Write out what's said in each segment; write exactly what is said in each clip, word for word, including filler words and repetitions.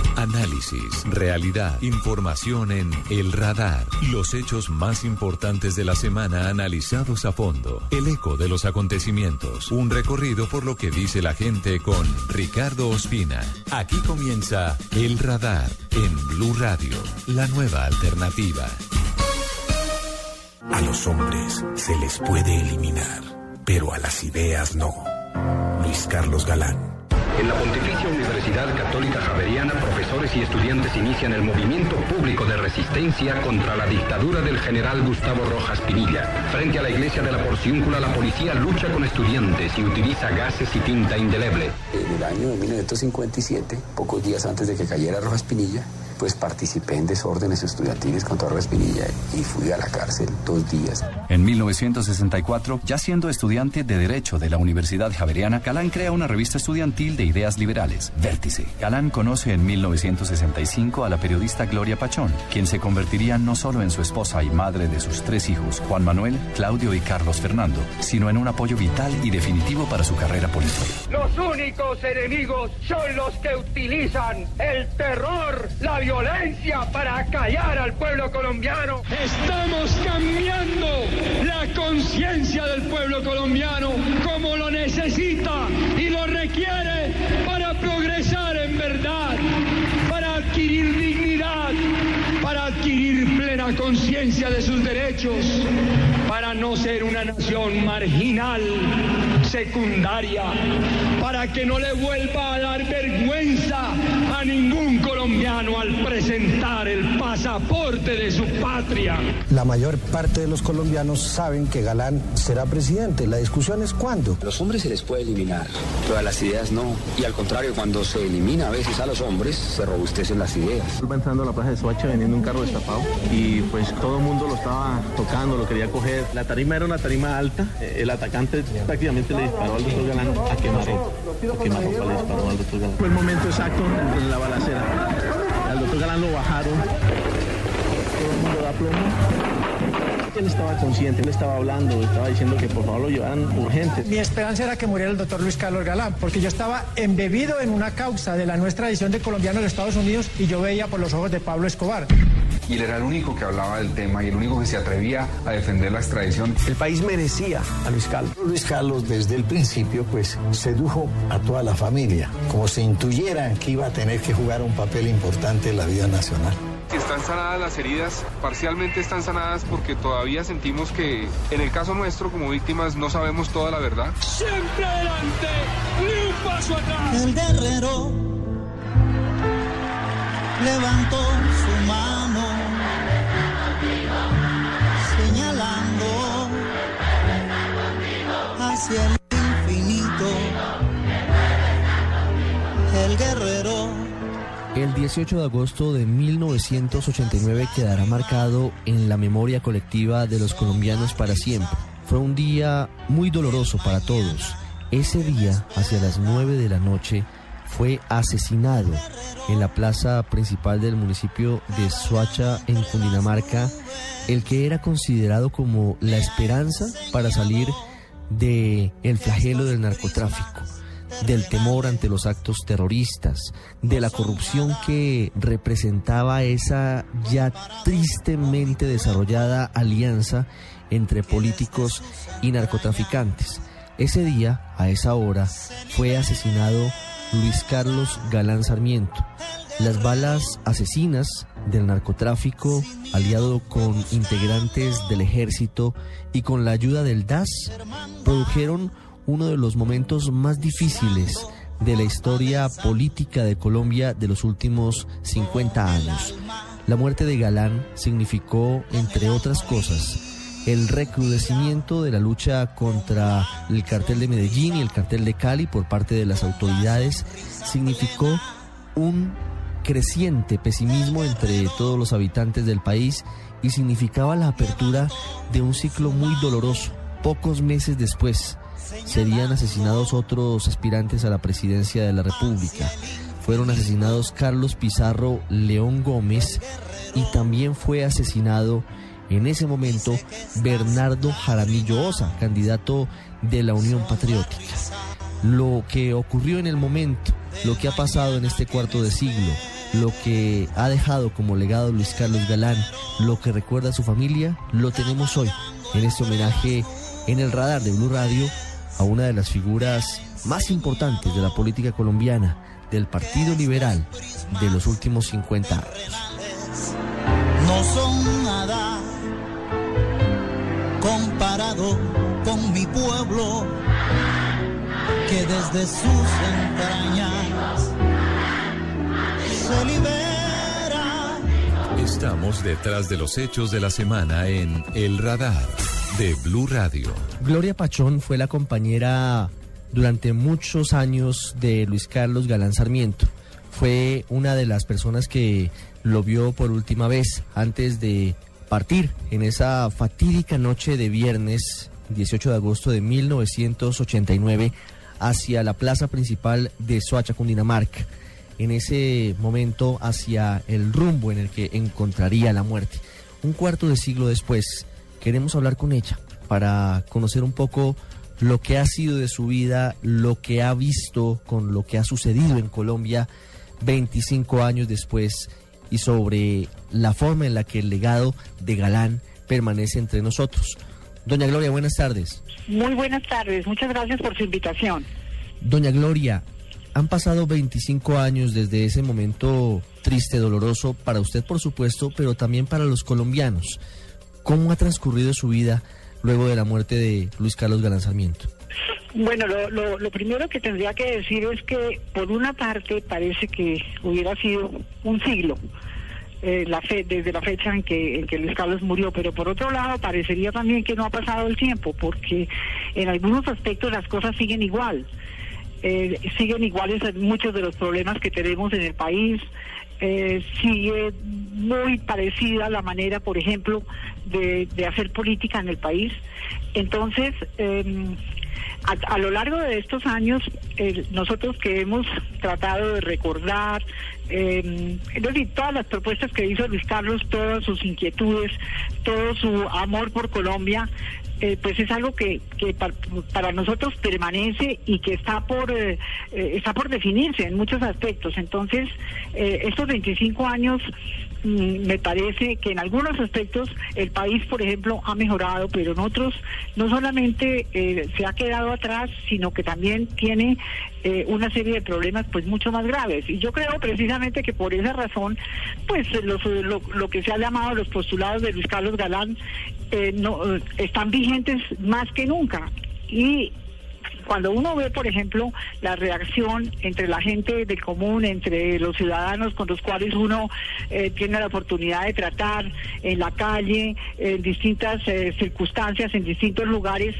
Análisis, realidad, información en El Radar. Los hechos más importantes de la semana analizados a fondo. El eco de los acontecimientos. Un recorrido por lo que dice la gente con Ricardo Ospina. Aquí comienza El Radar en Blue Radio, la nueva alternativa. A los hombres se les puede eliminar, pero a las ideas no. Luis Carlos Galán. En la Pontificia Universidad Católica Javeriana, profesores y estudiantes inician el movimiento público de resistencia contra la dictadura del general Gustavo Rojas Pinilla. Frente a la iglesia de la Porciúncula, la policía lucha con estudiantes y utiliza gases y tinta indeleble. En el año de mil novecientos cincuenta y siete, pocos días antes de que cayera Rojas Pinilla, pues participé en desórdenes estudiantiles contra Rojas Pinilla y fui a la cárcel dos días. En mil novecientos sesenta y cuatro, ya siendo estudiante de Derecho de la Universidad Javeriana, Galán crea una revista estudiantil de ideas liberales, Vértice. Galán conoce en mil novecientos sesenta y cinco a la periodista Gloria Pachón, quien se convertiría no solo en su esposa y madre de sus tres hijos, Juan Manuel, Claudio y Carlos Fernando, sino en un apoyo vital y definitivo para su carrera política. Los únicos enemigos son los que utilizan el terror, la violencia para callar al pueblo colombiano. Estamos cambiando la conciencia del pueblo colombiano como lo necesita y lo requiere para progresar en verdad, para adquirir dignidad, para adquirir plena conciencia de sus derechos, para no ser una nación marginal, secundaria, para que no le vuelva a dar vergüenza a ningún colombiano al presentar el pasaporte de su patria. La mayor parte de los colombianos saben que Galán será presidente. La discusión es cuándo. A los hombres se les puede eliminar, pero a las ideas no. Y al contrario, cuando se elimina a veces a los hombres, se robustecen las ideas. Él va entrando a la plaza de Soacha vendiendo un carro destapado y pues todo el mundo lo estaba tocando, lo quería coger. La tarima era una tarima alta. El atacante prácticamente le disparó al doctor Galán a quemarropa. A quemarropa le disparó al doctor Galán. Fue el momento exacto en la balacera. Al doctor Galán lo bajaron. Todo el mundo da plomo. Él estaba consciente, él estaba hablando, estaba diciendo que por favor lo llevaran urgente. Mi esperanza era que muriera el doctor Luis Carlos Galán, porque yo estaba embebido en una causa de la nuestra edición de colombianos de Estados Unidos y yo veía por los ojos de Pablo Escobar. Y él era el único que hablaba del tema y el único que se atrevía a defender la extradición. El país merecía a Luis Carlos. Luis Carlos desde el principio pues sedujo a toda la familia, como si intuyeran que iba a tener que jugar un papel importante en la vida nacional. Están sanadas las heridas, parcialmente están sanadas porque todavía sentimos que en el caso nuestro como víctimas no sabemos toda la verdad. Siempre adelante, ni un paso atrás. El guerrero levantó su mano señalando hacia el infinito. El guerrero. El dieciocho de agosto de mil novecientos ochenta y nueve quedará marcado en la memoria colectiva de los colombianos para siempre. Fue un día muy doloroso para todos. Ese día, hacia las nueve de la noche, fue asesinado en la plaza principal del municipio de Soacha, en Cundinamarca, el que era considerado como la esperanza para salir del flagelo del narcotráfico, del temor ante los actos terroristas, de la corrupción que representaba esa ya tristemente desarrollada alianza entre políticos y narcotraficantes. Ese día, a esa hora, fue asesinado Luis Carlos Galán Sarmiento. Las balas asesinas del narcotráfico, aliado con integrantes del ejército y con la ayuda del D A S, produjeron uno de los momentos más difíciles de la historia política de Colombia de los últimos cincuenta años. La muerte de Galán significó, entre otras cosas, el recrudecimiento de la lucha contra el cartel de Medellín y el cartel de Cali por parte de las autoridades. Significó un creciente pesimismo entre todos los habitantes del país y significaba la apertura de un ciclo muy doloroso. Pocos meses después serían asesinados otros aspirantes a la presidencia de la República. Fueron asesinados Carlos Pizarro León Gómez y también fue asesinado en ese momento Bernardo Jaramillo Osa, candidato de la Unión Patriótica. Lo que ocurrió en el momento, lo que ha pasado en este cuarto de siglo, lo que ha dejado como legado Luis Carlos Galán, lo que recuerda a su familia, lo tenemos hoy en este homenaje en el radar de Blue Radio a una de las figuras más importantes de la política colombiana, del Partido Liberal de los últimos cincuenta años. No son nada comparado con mi pueblo, que desde sus entrañas se libera. Estamos detrás de los hechos de la semana en El Radar de Blue Radio. Gloria Pachón fue la compañera durante muchos años de Luis Carlos Galán Sarmiento. Fue una de las personas que lo vio por última vez antes de partir en esa fatídica noche de viernes dieciocho de agosto de mil novecientos ochenta y nueve hacia la plaza principal de Soacha, Cundinamarca. En ese momento hacia el rumbo en el que encontraría la muerte. Un cuarto de siglo después, queremos hablar con ella para conocer un poco lo que ha sido de su vida, lo que ha visto con lo que ha sucedido en Colombia veinticinco años después y sobre la forma en la que el legado de Galán permanece entre nosotros. Doña Gloria, buenas tardes. Muy buenas tardes, muchas gracias por su invitación. Doña Gloria, han pasado veinticinco años desde ese momento triste, doloroso, para usted por supuesto, pero también para los colombianos. ¿Cómo ha transcurrido su vida luego de la muerte de Luis Carlos Galán Sarmiento? Bueno, lo, lo, lo primero que tendría que decir es que por una parte parece que hubiera sido un siglo eh, la fe, desde la fecha en que, en que Luis Carlos murió, pero por otro lado parecería también que no ha pasado el tiempo, porque en algunos aspectos las cosas siguen igual. Eh, siguen iguales muchos de los problemas que tenemos en el país. Eh, sigue muy parecida la manera, por ejemplo, de, de hacer política en el país. Entonces, eh, a, a lo largo de estos años, eh, nosotros que hemos tratado de recordar, eh, es decir, todas las propuestas que hizo Luis Carlos, todas sus inquietudes, todo su amor por Colombia, Eh, pues es algo que, que para, para nosotros permanece y que está por eh, eh, está por definirse en muchos aspectos. Entonces, eh, estos veinticinco años mm, me parece que en algunos aspectos el país, por ejemplo, ha mejorado, pero en otros no solamente eh, se ha quedado atrás, sino que también tiene eh, una serie de problemas pues mucho más graves. Y yo creo precisamente que por esa razón, pues los, lo, lo que se ha llamado los postulados de Luis Carlos Galán eh, no eh, están vigentes más que nunca. Y cuando uno ve, por ejemplo, la reacción entre la gente del común, entre los ciudadanos con los cuales uno eh, tiene la oportunidad de tratar en la calle, en distintas eh, circunstancias, en distintos lugares,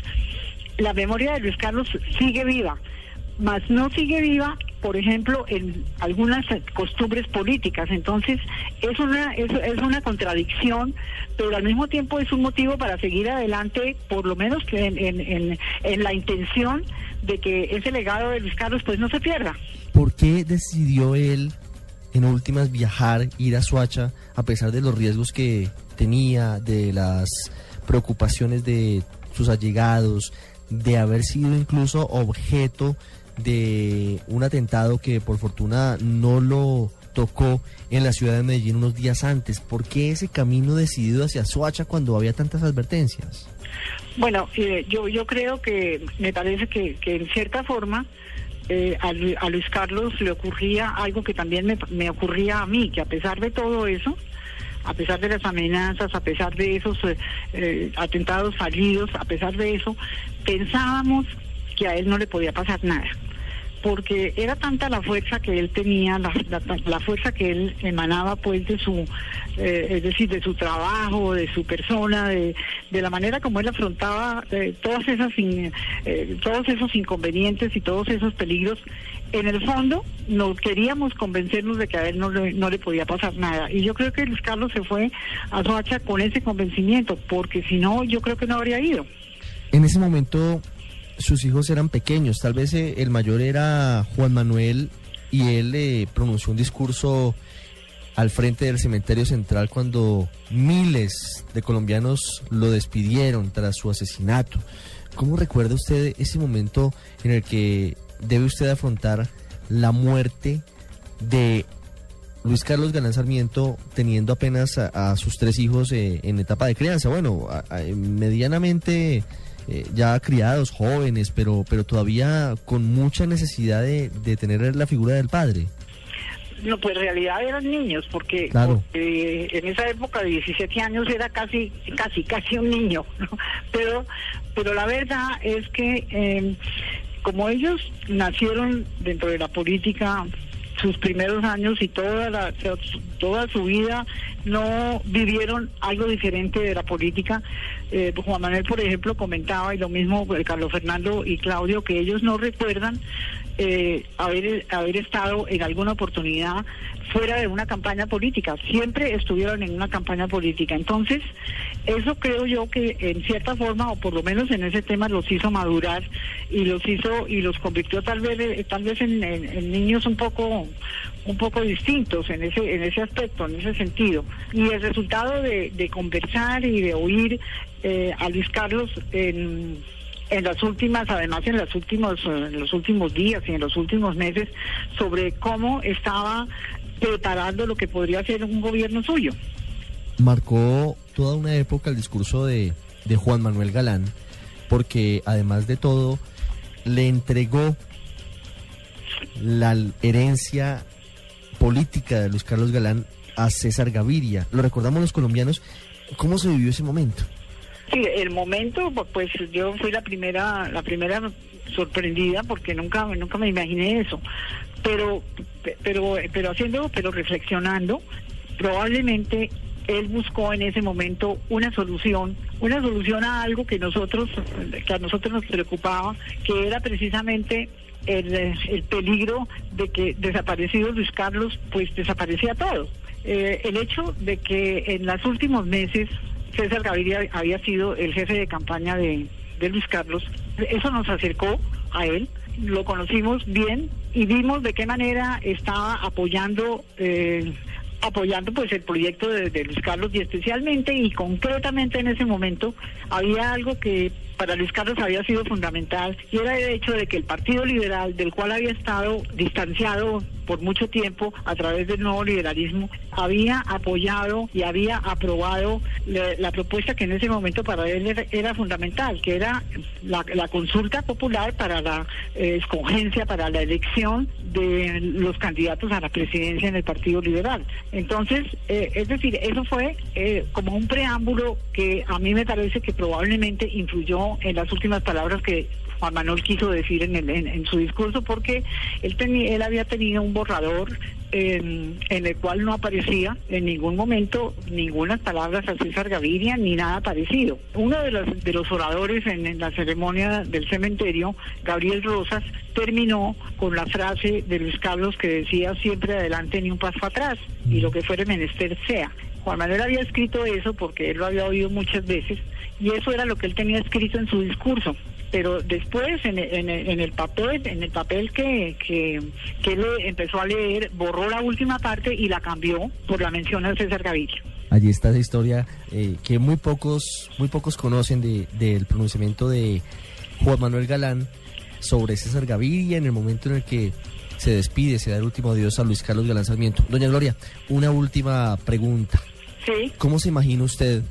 la memoria de Luis Carlos sigue viva, mas no sigue viva, por ejemplo, en algunas costumbres políticas. Entonces es una es, es una contradicción, pero al mismo tiempo es un motivo para seguir adelante, por lo menos en, en, en, en la intención de que ese legado de Luis Carlos pues no se pierda. ¿Por qué decidió él en últimas viajar, ir a Soacha, a pesar de los riesgos que tenía, de las preocupaciones de sus allegados, de haber sido incluso objeto de un atentado que por fortuna no lo tocó en la ciudad de Medellín unos días antes? ¿Por qué ese camino decidido hacia Soacha cuando había tantas advertencias? Bueno, eh, yo yo creo que me parece que, que en cierta forma eh, a, a Luis Carlos le ocurría algo que también me, me ocurría a mí, que a pesar de todo eso, a pesar de las amenazas, a pesar de esos eh, eh, atentados fallidos, a pesar de eso, pensábamos que a él no le podía pasar nada, porque era tanta la fuerza que él tenía, la, la, la fuerza que él emanaba pues de su, eh, es decir, de su trabajo, de su persona, de, de la manera como él afrontaba eh, todas esas in, eh, todos esos inconvenientes y todos esos peligros. En el fondo, nos queríamos convencernos de que a él no le, no le podía pasar nada. Y yo creo que Luis Carlos se fue a Soacha con ese convencimiento, porque si no, yo creo que no habría ido. En ese momento sus hijos eran pequeños, tal vez eh, el mayor era Juan Manuel, y él eh, pronunció un discurso al frente del cementerio central cuando miles de colombianos lo despidieron tras su asesinato. ¿Cómo recuerda usted ese momento en el que debe usted afrontar la muerte de Luis Carlos Galán Sarmiento, teniendo apenas a, a sus tres hijos eh, en etapa de crianza, bueno, a, a, medianamente eh, ya criados, jóvenes, pero pero todavía con mucha necesidad de, de tener la figura del padre. No, pues en realidad eran niños, porque, claro. porque en esa época de diecisiete años era casi, casi, casi un niño, ¿no? Pero, pero la verdad es que eh, como ellos nacieron dentro de la política, sus primeros años y toda la, toda su vida no vivieron algo diferente de la política. Eh, Juan Manuel, por ejemplo, comentaba, y lo mismo eh, Carlos Fernando y Claudio, que ellos no recuerdan eh, haber, haber estado en alguna oportunidad fuera de una campaña política. Siempre estuvieron en una campaña política. Entonces, eso creo yo que en cierta forma, o por lo menos en ese tema, los hizo madurar y los hizo y los convirtió tal vez tal vez en, en, en niños un poco un poco distintos en ese en ese aspecto, en ese sentido. Y el resultado de, de conversar y de oír eh, a Luis Carlos en en las últimas, además en los últimos en los últimos días y en los últimos meses, sobre cómo estaba preparando lo que podría ser un gobierno suyo. Marcó toda una época el discurso de, de Juan Manuel Galán, porque además de todo le entregó la herencia política de Luis Carlos Galán a César Gaviria. Lo recordamos los colombianos. ¿Cómo se vivió ese momento? Sí, el momento, pues yo fui la primera, la primera sorprendida, porque nunca, nunca me imaginé eso. Pero, pero, pero haciendo, pero reflexionando, probablemente él buscó en ese momento una solución, una solución a algo que nosotros, que a nosotros nos preocupaba, que era precisamente el, el peligro de que desaparecido Luis Carlos, pues desaparecía todo. Eh, el hecho de que en los últimos meses César Gaviria había sido el jefe de campaña de, de Luis Carlos, eso nos acercó a él, lo conocimos bien y vimos de qué manera estaba apoyando eh, apoyando pues el proyecto de, de Luis Carlos, y especialmente y concretamente en ese momento había algo que para Luis Carlos había sido fundamental, y era el hecho de que el Partido Liberal, del cual había estado distanciado por mucho tiempo a través del nuevo liberalismo, había apoyado y había aprobado la, la propuesta que en ese momento para él era, era fundamental, que era la, la consulta popular para la eh, escogencia, para la elección de los candidatos a la presidencia en el Partido Liberal. Entonces, eh, es decir, eso fue eh, como un preámbulo que a mí me parece que probablemente influyó en las últimas palabras que Juan Manuel quiso decir en, el, en, en su discurso, porque él, tenía, él había tenido un borrador en, en el cual no aparecía en ningún momento ninguna palabras a César Gaviria ni nada parecido. Uno de los, de los oradores en, en la ceremonia del cementerio, Gabriel Rosas, terminó con la frase de Luis Carlos que decía: siempre adelante ni un paso atrás, y lo que fuere menester sea. Juan Manuel había escrito eso porque él lo había oído muchas veces, y eso era lo que él tenía escrito en su discurso. Pero después en, en, en el papel en el papel que, que, que él empezó a leer, borró la última parte y la cambió por la mención a César Gaviria. Allí está esa historia eh, que muy pocos muy pocos conocen de, del pronunciamiento de Juan Manuel Galán sobre César Gaviria en el momento en el que se despide, se da el último adiós a Luis Carlos Galán Sarmiento. Doña Gloria, una última pregunta. Sí. ¿Cómo se imagina usted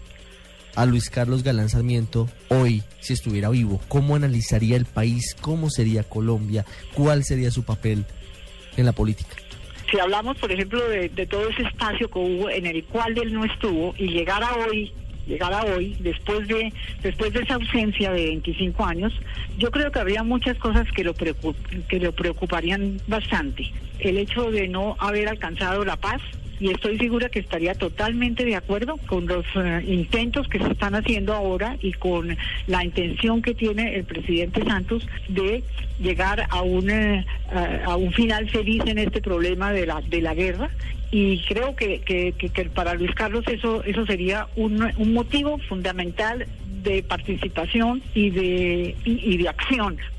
a Luis Carlos Galán Sarmiento hoy, si estuviera vivo? ¿Cómo analizaría el país? ¿Cómo sería Colombia? ¿Cuál sería su papel en la política? Si hablamos, por ejemplo, de, de todo ese espacio que hubo en el cual él no estuvo, y llegara hoy, llegara hoy, después de después de esa ausencia de veinticinco años, yo creo que habría muchas cosas que lo, preocup, que lo preocuparían bastante. El hecho de no haber alcanzado la paz, y estoy segura que estaría totalmente de acuerdo con los uh, intentos que se están haciendo ahora y con la intención que tiene el presidente Santos de llegar a un uh, a un final feliz en este problema de la de la guerra. Y creo que, que, que, que para Luis Carlos eso eso sería un, un motivo fundamental de participación y de y, y de acción,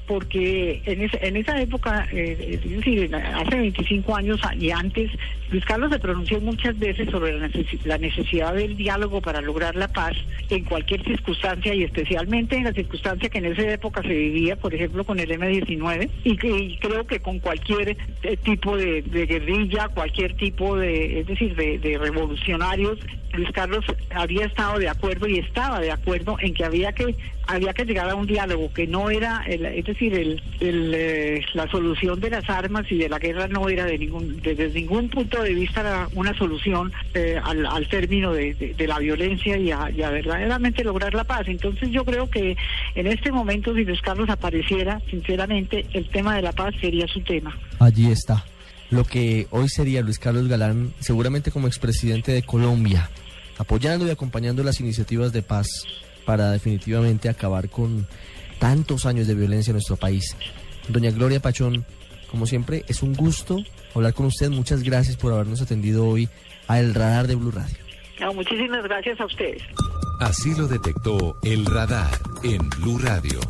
porque en, ese, en esa época, eh, es decir, hace veinticinco años y antes, Luis Carlos se pronunció muchas veces sobre la, neces- la necesidad del diálogo para lograr la paz en cualquier circunstancia y especialmente en la circunstancia que en esa época se vivía, por ejemplo, con el eme diecinueve, y, que, y creo que con cualquier eh, tipo de, de guerrilla, cualquier tipo de, es decir, de, de revolucionarios. Luis Carlos había estado de acuerdo y estaba de acuerdo en que había que había que llegar a un diálogo, que no era, el, es decir, el, el, eh, la solución de las armas y de la guerra no era de ningún, de, desde ningún punto de vista era una solución eh, al, al término de, de, de la violencia y a, y a verdaderamente lograr la paz. Entonces yo creo que en este momento, si Luis Carlos apareciera, sinceramente, el tema de la paz sería su tema. Allí está. Lo que hoy sería Luis Carlos Galán, seguramente como expresidente de Colombia, apoyando y acompañando las iniciativas de paz para definitivamente acabar con tantos años de violencia en nuestro país. Doña Gloria Pachón, como siempre, es un gusto hablar con usted. Muchas gracias por habernos atendido hoy a El Radar de Blue Radio. No, muchísimas gracias a ustedes. Así lo detectó El Radar en Blue Radio.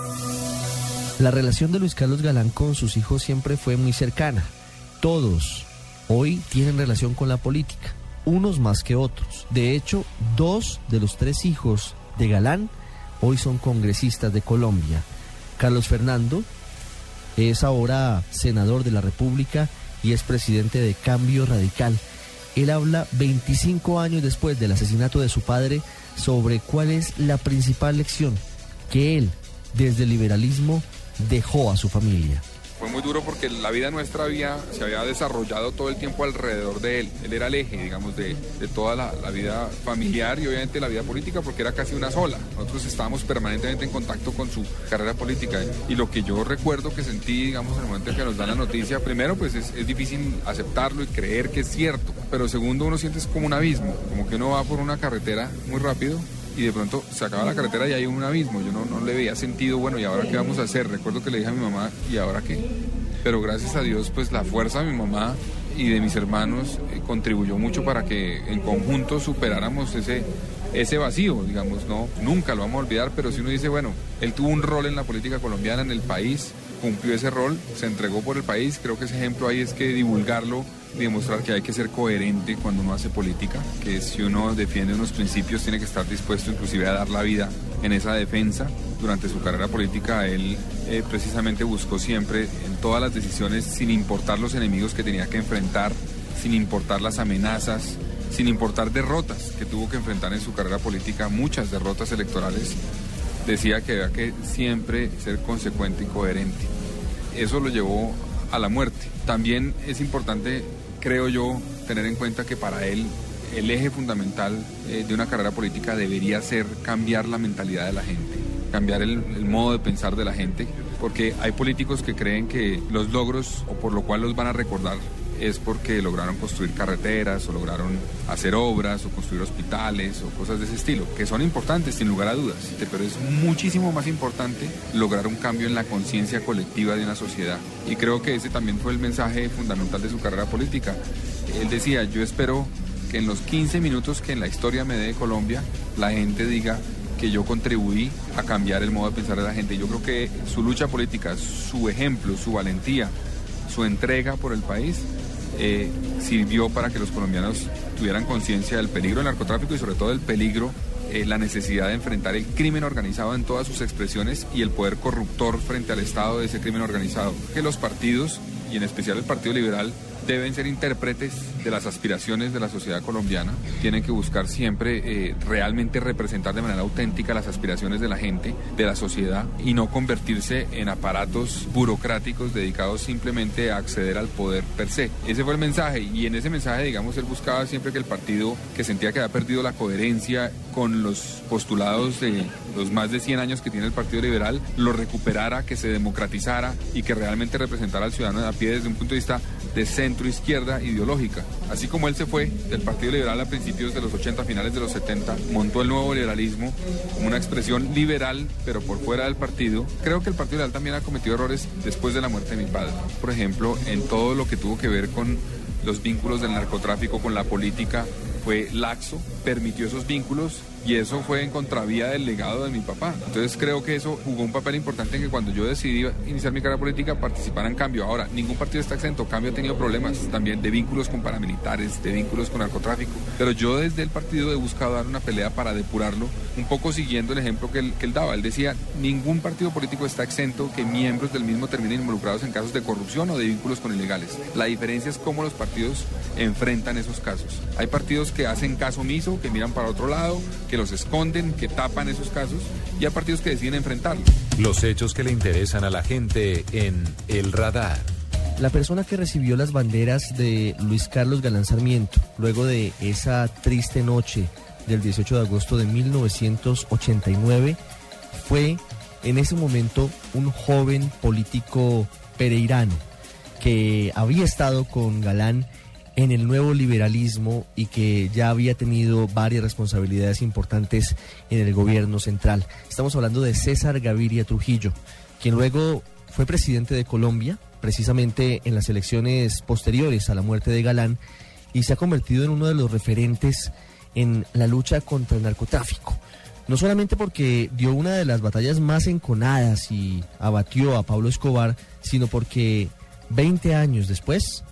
La relación de Luis Carlos Galán con sus hijos siempre fue muy cercana. Todos hoy tienen relación con la política, unos más que otros. De hecho, dos de los tres hijos de Galán hoy son congresistas de Colombia. Carlos Fernando es ahora senador de la República y es presidente de Cambio Radical. Él habla veinticinco años después del asesinato de su padre sobre cuál es la principal lección que él, desde el liberalismo, dejó a su familia. Fue muy duro porque la vida nuestra había, se había desarrollado todo el tiempo alrededor de él. Él era el eje, digamos, de, de toda la, la vida familiar y obviamente la vida política porque era casi una sola. Nosotros estábamos permanentemente en contacto con su carrera política y lo que yo recuerdo que sentí, digamos, en el momento en que nos dan la noticia, primero pues es, es difícil aceptarlo y creer que es cierto, pero segundo uno siente es como un abismo, como que uno va por una carretera muy rápido y de pronto se acaba la carretera y hay un abismo. Yo no, no le veía sentido, bueno, ¿y ahora qué vamos a hacer? Recuerdo que le dije a mi mamá, ¿y ahora qué? Pero gracias a Dios, pues la fuerza de mi mamá y de mis hermanos eh, contribuyó mucho para que en conjunto superáramos ese, ese vacío, digamos, no, nunca lo vamos a olvidar, pero si uno dice, bueno, él tuvo un rol en la política colombiana, en el país, cumplió ese rol, se entregó por el país, creo que ese ejemplo ahí es que divulgarlo y demostrar que hay que ser coherente cuando uno hace política, que si uno defiende unos principios tiene que estar dispuesto inclusive a dar la vida en esa defensa. Durante su carrera política él eh, precisamente buscó siempre en todas las decisiones, sin importar los enemigos que tenía que enfrentar, sin importar las amenazas, sin importar derrotas que tuvo que enfrentar en su carrera política, muchas derrotas electorales, decía que había que siempre ser consecuente y coherente. Eso lo llevó a la muerte. También es importante, creo yo, tener en cuenta que para él el eje fundamental eh, de una carrera política debería ser cambiar la mentalidad de la gente, cambiar el, el modo de pensar de la gente, porque hay políticos que creen que los logros o por lo cual los van a recordar es porque lograron construir carreteras o lograron hacer obras o construir hospitales o cosas de ese estilo, que son importantes sin lugar a dudas, pero es muchísimo más importante lograr un cambio en la conciencia colectiva de una sociedad. Y creo que ese también fue el mensaje fundamental de su carrera política. Él decía, yo espero que en los quince minutos que en la historia me dé Colombia, la gente diga que yo contribuí a cambiar el modo de pensar de la gente. Yo creo que su lucha política, su ejemplo, su valentía, su entrega por el país, Eh, sirvió para que los colombianos tuvieran conciencia del peligro del narcotráfico y sobre todo del peligro, eh, la necesidad de enfrentar el crimen organizado en todas sus expresiones y el poder corruptor frente al Estado de ese crimen organizado. Que los partidos, y en especial el Partido Liberal, deben ser intérpretes de las aspiraciones de la sociedad colombiana, tienen que buscar siempre eh, realmente representar de manera auténtica las aspiraciones de la gente, de la sociedad, y no convertirse en aparatos burocráticos dedicados simplemente a acceder al poder per se. Ese fue el mensaje, y en ese mensaje, digamos, él buscaba siempre que el partido, que sentía que había perdido la coherencia con los postulados de los más de cien años que tiene el Partido Liberal, lo recuperara, que se democratizara y que realmente representara al ciudadano de a pie desde un punto de vista de centro izquierda ideológica. Así como él se fue del Partido Liberal a principios de los ochenta, finales de los setenta, montó el nuevo liberalismo como una expresión liberal, pero por fuera del partido. Creo que el Partido Liberal también ha cometido errores después de la muerte de mi padre. Por ejemplo, en todo lo que tuvo que ver con los vínculos del narcotráfico con la política, fue laxo, permitió esos vínculos y eso fue en contravía del legado de mi papá. Entonces creo que eso jugó un papel importante en que cuando yo decidí iniciar mi carrera política participara en Cambio. Ahora, ningún partido está exento, Cambio ha tenido problemas también de vínculos con paramilitares, de vínculos con narcotráfico, pero yo desde el partido he buscado dar una pelea para depurarlo, un poco siguiendo el ejemplo que él, que él daba. Él decía, ningún partido político está exento que miembros del mismo terminen involucrados en casos de corrupción o de vínculos con ilegales. La diferencia es cómo los partidos enfrentan esos casos. Hay partidos que hacen caso omiso, que miran para otro lado, que los esconden, que tapan esos casos, y hay partidos que deciden enfrentarlos. Los hechos que le interesan a la gente en El Radar. La persona que recibió las banderas de Luis Carlos Galán Sarmiento, luego de esa triste noche del dieciocho de agosto de mil novecientos ochenta y nueve, fue en ese momento un joven político pereirano que había estado con Galán en el nuevo liberalismo y que ya había tenido varias responsabilidades importantes en el gobierno central. Estamos hablando de César Gaviria Trujillo, quien luego fue presidente de Colombia, precisamente en las elecciones posteriores a la muerte de Galán, y se ha convertido en uno de los referentes en la lucha contra el narcotráfico. No solamente porque dio una de las batallas más enconadas y abatió a Pablo Escobar, sino porque veinte años después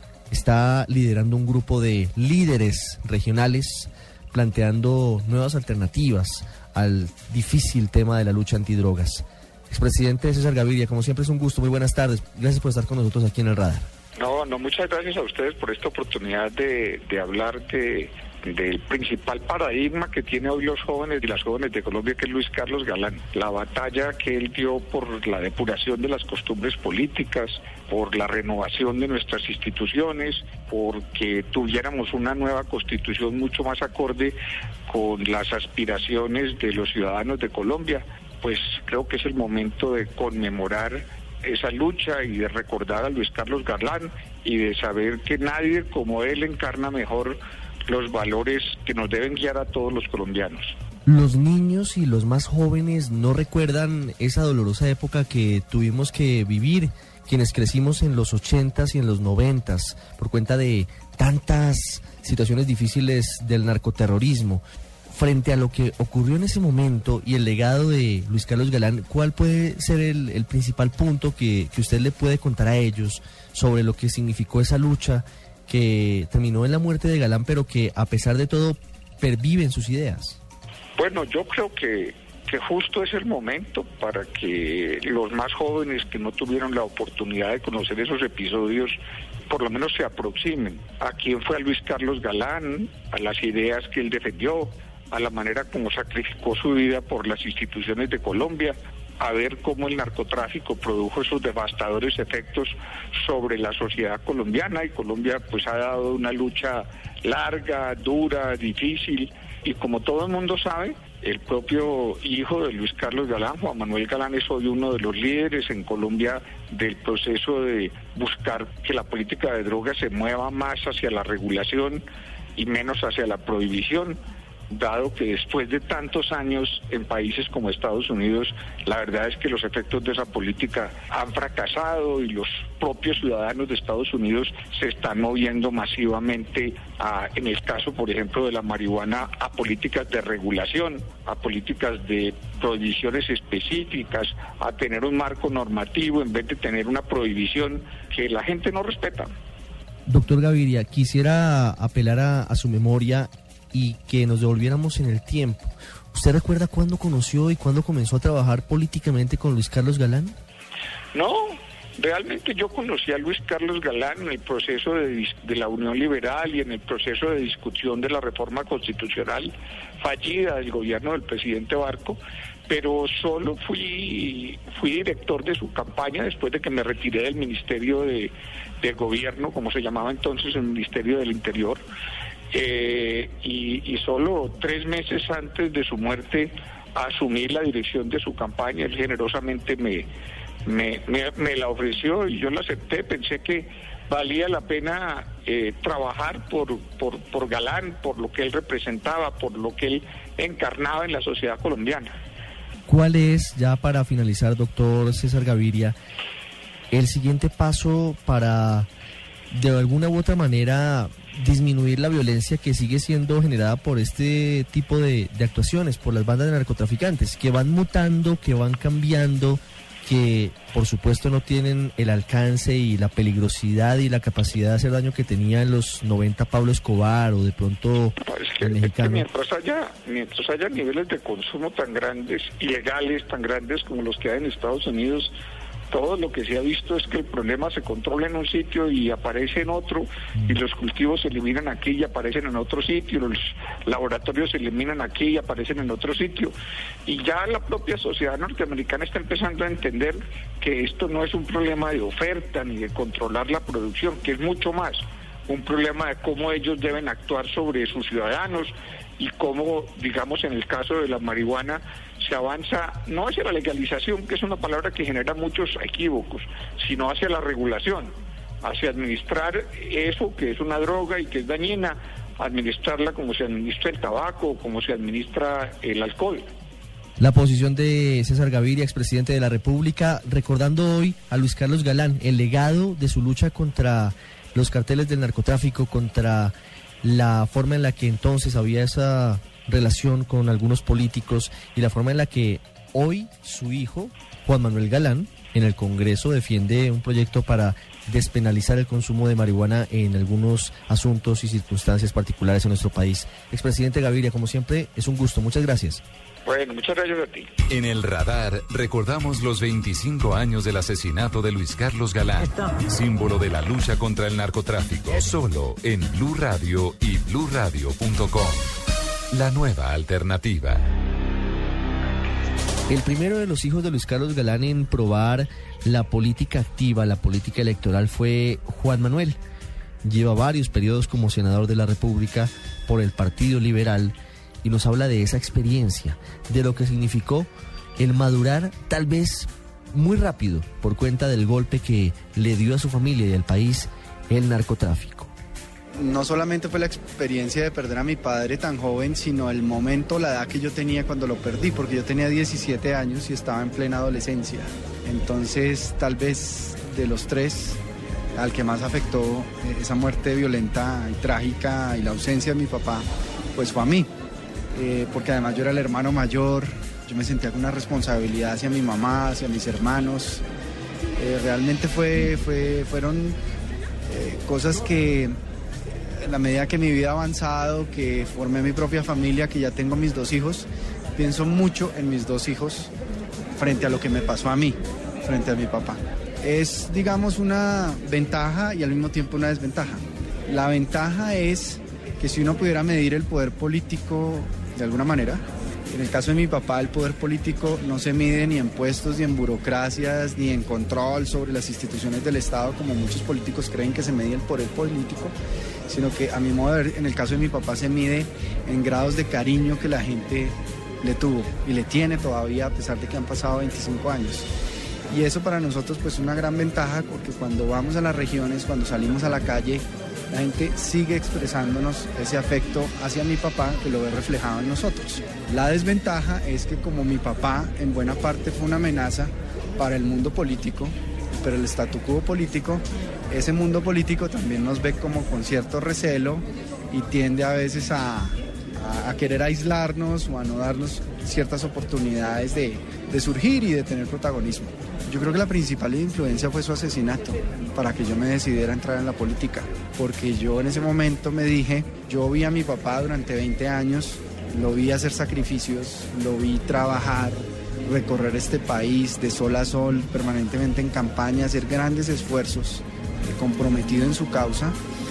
está liderando un grupo de líderes regionales planteando nuevas alternativas al difícil tema de la lucha antidrogas. Expresidente César Gaviria, como siempre es un gusto, muy buenas tardes. Gracias por estar con nosotros aquí en El Radar. No, no, muchas gracias a ustedes por esta oportunidad de, de hablar de, del principal paradigma que tienen hoy los jóvenes y las jóvenes de Colombia, que es Luis Carlos Galán. La batalla que él dio por la depuración de las costumbres políticas, por la renovación de nuestras instituciones, porque tuviéramos una nueva constitución mucho más acorde con las aspiraciones de los ciudadanos de Colombia. Pues creo que es el momento de conmemorar esa lucha y de recordar a Luis Carlos Galán y de saber que nadie como él encarna mejor los valores que nos deben guiar a todos los colombianos. Los niños y los más jóvenes no recuerdan esa dolorosa época que tuvimos que vivir, quienes crecimos en los ochentas y en los noventas, por cuenta de tantas situaciones difíciles del narcoterrorismo. Frente a lo que ocurrió en ese momento y el legado de Luis Carlos Galán, ¿cuál puede ser el, el principal punto que, que usted le puede contar a ellos sobre lo que significó esa lucha que terminó en la muerte de Galán, pero que a pesar de todo perviven sus ideas? Bueno, yo creo que, que justo es el momento para que los más jóvenes que no tuvieron la oportunidad de conocer esos episodios por lo menos se aproximen a quién fue a Luis Carlos Galán, a las ideas que él defendió, a la manera como sacrificó su vida por las instituciones de Colombia, a ver cómo el narcotráfico produjo esos devastadores efectos sobre la sociedad colombiana, y Colombia pues ha dado una lucha larga, dura, difícil, y como todo el mundo sabe, el propio hijo de Luis Carlos Galán, Juan Manuel Galán, es hoy uno de los líderes en Colombia del proceso de buscar que la política de drogas se mueva más hacia la regulación y menos hacia la prohibición, dado que después de tantos años en países como Estados Unidos, la verdad es que los efectos de esa política han fracasado y los propios ciudadanos de Estados Unidos se están moviendo masivamente, a, en el caso, por ejemplo, de la marihuana, a políticas de regulación, a políticas de prohibiciones específicas, a tener un marco normativo en vez de tener una prohibición que la gente no respeta. Doctor Gaviria, quisiera apelar a, a su memoria y que nos devolviéramos en el tiempo. ¿Usted recuerda cuándo conoció y cuándo comenzó a trabajar políticamente con Luis Carlos Galán? No, realmente yo conocí a Luis Carlos Galán en el proceso de, de la Unión Liberal y en el proceso de discusión de la reforma constitucional fallida del gobierno del presidente Barco, pero solo fui fui director de su campaña después de que me retiré del Ministerio de, de Gobierno, como se llamaba entonces el Ministerio del Interior. Eh, y, y solo tres meses antes de su muerte asumí la dirección de su campaña. Él generosamente me, me, me, me la ofreció y yo la acepté. Pensé que valía la pena eh, trabajar por, por, por Galán, por lo que él representaba, por lo que él encarnaba en la sociedad colombiana. ¿Cuál es, ya para finalizar, doctor César Gaviria, el siguiente paso para, de alguna u otra manera, disminuir la violencia que sigue siendo generada por este tipo de, de actuaciones, por las bandas de narcotraficantes, que van mutando, que van cambiando, que por supuesto no tienen el alcance y la peligrosidad y la capacidad de hacer daño que tenía en los noventa Pablo Escobar o de pronto es que, el mexicano. Es que mientras haya, mientras haya niveles de consumo tan grandes, ilegales, tan grandes como los que hay en Estados Unidos, todo lo que se ha visto es que el problema se controla en un sitio y aparece en otro, y los cultivos se eliminan aquí y aparecen en otro sitio, los laboratorios se eliminan aquí y aparecen en otro sitio. Y ya la propia sociedad norteamericana está empezando a entender que esto no es un problema de oferta ni de controlar la producción, que es mucho más un problema de cómo ellos deben actuar sobre sus ciudadanos y cómo, digamos, en el caso de la marihuana, se avanza no hacia la legalización, que es una palabra que genera muchos equívocos, sino hacia la regulación, hacia administrar eso que es una droga y que es dañina, administrarla como se administra el tabaco o como se administra el alcohol. La posición de César Gaviria, expresidente de la República, recordando hoy a Luis Carlos Galán, el legado de su lucha contra los carteles del narcotráfico, contra la forma en la que entonces había esa relación con algunos políticos y la forma en la que hoy su hijo, Juan Manuel Galán, en el Congreso defiende un proyecto para despenalizar el consumo de marihuana en algunos asuntos y circunstancias particulares en nuestro país. Expresidente Gaviria, como siempre, es un gusto. Muchas gracias. Bueno, muchas gracias a ti. En el radar recordamos los veinticinco años del asesinato de Luis Carlos Galán, símbolo de la lucha contra el narcotráfico, solo en Blue Radio y blue radio punto com. La nueva alternativa. El primero de los hijos de Luis Carlos Galán en probar la política activa, la política electoral, fue Juan Manuel. Lleva varios periodos como senador de la República por el Partido Liberal y nos habla de esa experiencia, de lo que significó el madurar tal vez muy rápido por cuenta del golpe que le dio a su familia y al país el narcotráfico. No solamente fue la experiencia de perder a mi padre tan joven, sino el momento, la edad que yo tenía cuando lo perdí, porque yo tenía diecisiete años y estaba en plena adolescencia. Entonces, tal vez de los tres, al que más afectó esa muerte violenta y trágica y la ausencia de mi papá, pues fue a mí. Eh, porque además yo era el hermano mayor, yo me sentía con una responsabilidad hacia mi mamá, hacia mis hermanos. Eh, realmente fue, fue, fueron eh, cosas que en la medida que mi vida ha avanzado, que formé mi propia familia, que ya tengo mis dos hijos, pienso mucho en mis dos hijos frente a lo que me pasó a mí, frente a mi papá. Es, digamos, una ventaja y al mismo tiempo una desventaja. La ventaja es que si uno pudiera medir el poder político de alguna manera, en el caso de mi papá, el poder político no se mide ni en puestos, ni en burocracias, ni en control sobre las instituciones del Estado, como muchos políticos creen que se mide el poder político, sino que a mi modo de ver, en el caso de mi papá, se mide en grados de cariño que la gente le tuvo y le tiene todavía, a pesar de que han pasado veinticinco años. Y eso para nosotros pues es una gran ventaja, porque cuando vamos a las regiones, cuando salimos a la calle, la gente sigue expresándonos ese afecto hacia mi papá, que lo ve reflejado en nosotros. La desventaja es que como mi papá en buena parte fue una amenaza para el mundo político, pero el statu quo político, ese mundo político también nos ve como con cierto recelo y tiende a veces a, a, a querer aislarnos o a no darnos ciertas oportunidades de, de surgir y de tener protagonismo. Yo creo que la principal influencia fue su asesinato para que yo me decidiera entrar en la política, porque yo en ese momento me dije, yo vi a mi papá durante veinte años, lo vi hacer sacrificios, lo vi trabajar, recorrer este país de sol a sol, permanentemente en campaña, hacer grandes esfuerzos, comprometido en su causa,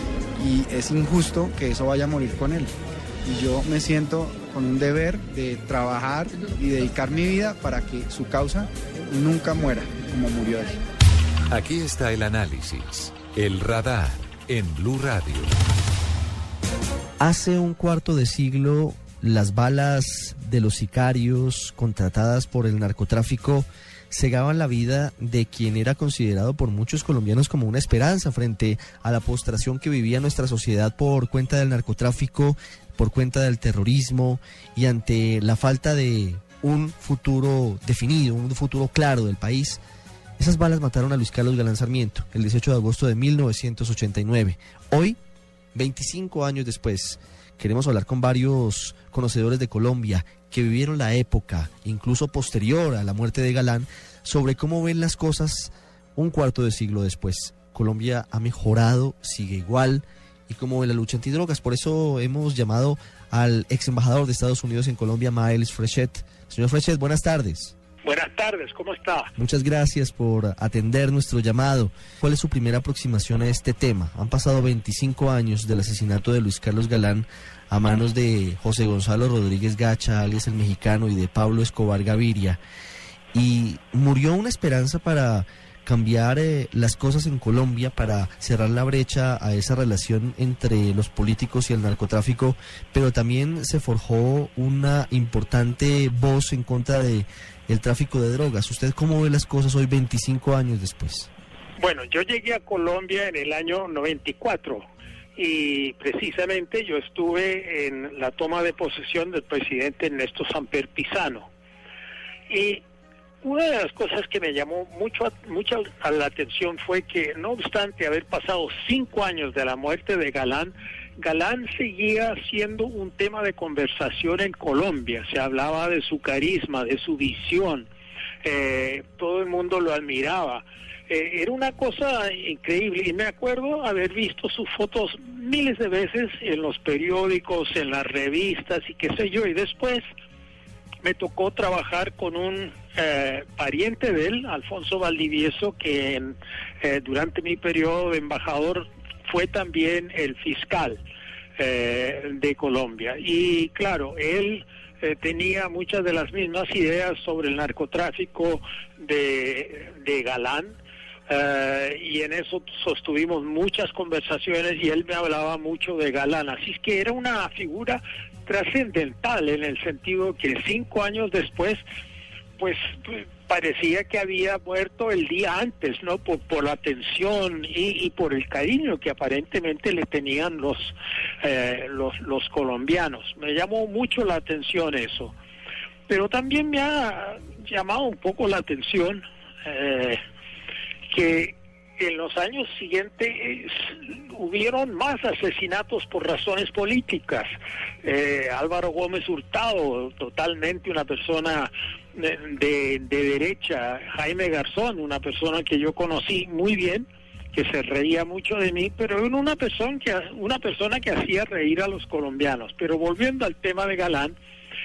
y es injusto que eso vaya a morir con él. Y yo me siento con un deber de trabajar y dedicar mi vida para que su causa nunca muera como murió él. Aquí está el análisis, el radar en Blue Radio. Hace un cuarto de siglo, las balas de los sicarios contratadas por el narcotráfico cegaban la vida de quien era considerado por muchos colombianos como una esperanza frente a la postración que vivía nuestra sociedad por cuenta del narcotráfico, por cuenta del terrorismo y ante la falta de un futuro definido, un futuro claro del país. Esas balas mataron a Luis Carlos Galán Sarmiento el dieciocho de agosto de mil novecientos ochenta y nueve. Hoy veinticinco años después, queremos hablar con varios conocedores de Colombia que vivieron la época, incluso posterior a la muerte de Galán, sobre cómo ven las cosas un cuarto de siglo después. Colombia ha mejorado, sigue igual, y cómo ve la lucha antidrogas. Por eso hemos llamado al ex embajador de Estados Unidos en Colombia, Maëlys Frechette. Señor Frechette, buenas tardes. Buenas tardes, ¿cómo está? Muchas gracias por atender nuestro llamado. ¿Cuál es su primera aproximación a este tema? Han pasado veinticinco años del asesinato de Luis Carlos Galán a manos de José Gonzalo Rodríguez Gacha, alias el Mexicano, y de Pablo Escobar Gaviria. Y murió una esperanza para cambiar eh, las cosas en Colombia, para cerrar la brecha a esa relación entre los políticos y el narcotráfico, pero también se forjó una importante voz en contra de el tráfico de drogas. ¿Usted cómo ve las cosas hoy, veinticinco años después? Bueno, yo llegué a Colombia en el año noventa y cuatro y precisamente yo estuve en la toma de posesión del presidente Ernesto Samper Pizano. Y una de las cosas que me llamó mucho, mucho a la atención fue que, no obstante haber pasado cinco años de la muerte de Galán, Galán seguía siendo un tema de conversación en Colombia. Se hablaba de su carisma, de su visión, eh, todo el mundo lo admiraba. Eh, era una cosa increíble, y me acuerdo haber visto sus fotos miles de veces en los periódicos, en las revistas y qué sé yo, y después me tocó trabajar con un eh, pariente de él, Alfonso Valdivieso, que en, eh, durante mi periodo de embajador fue también el fiscal eh, de Colombia. Y claro, él eh, tenía muchas de las mismas ideas sobre el narcotráfico de, de Galán, eh, y en eso sostuvimos muchas conversaciones y él me hablaba mucho de Galán. Así es que era una figura trascendental en el sentido que cinco años después, pues parecía que había muerto el día antes, ¿no? Por, por la atención y, y por el cariño que aparentemente le tenían los, eh, los, los colombianos. Me llamó mucho la atención eso. Pero también me ha llamado un poco la atención eh, que en los años siguientes eh, hubieron más asesinatos por razones políticas. Eh, Álvaro Gómez Hurtado, totalmente una persona de, de, de derecha. Jaime Garzón, una persona que yo conocí muy bien, que se reía mucho de mí, pero era una persona que, una persona que hacía reír a los colombianos. Pero volviendo al tema de Galán,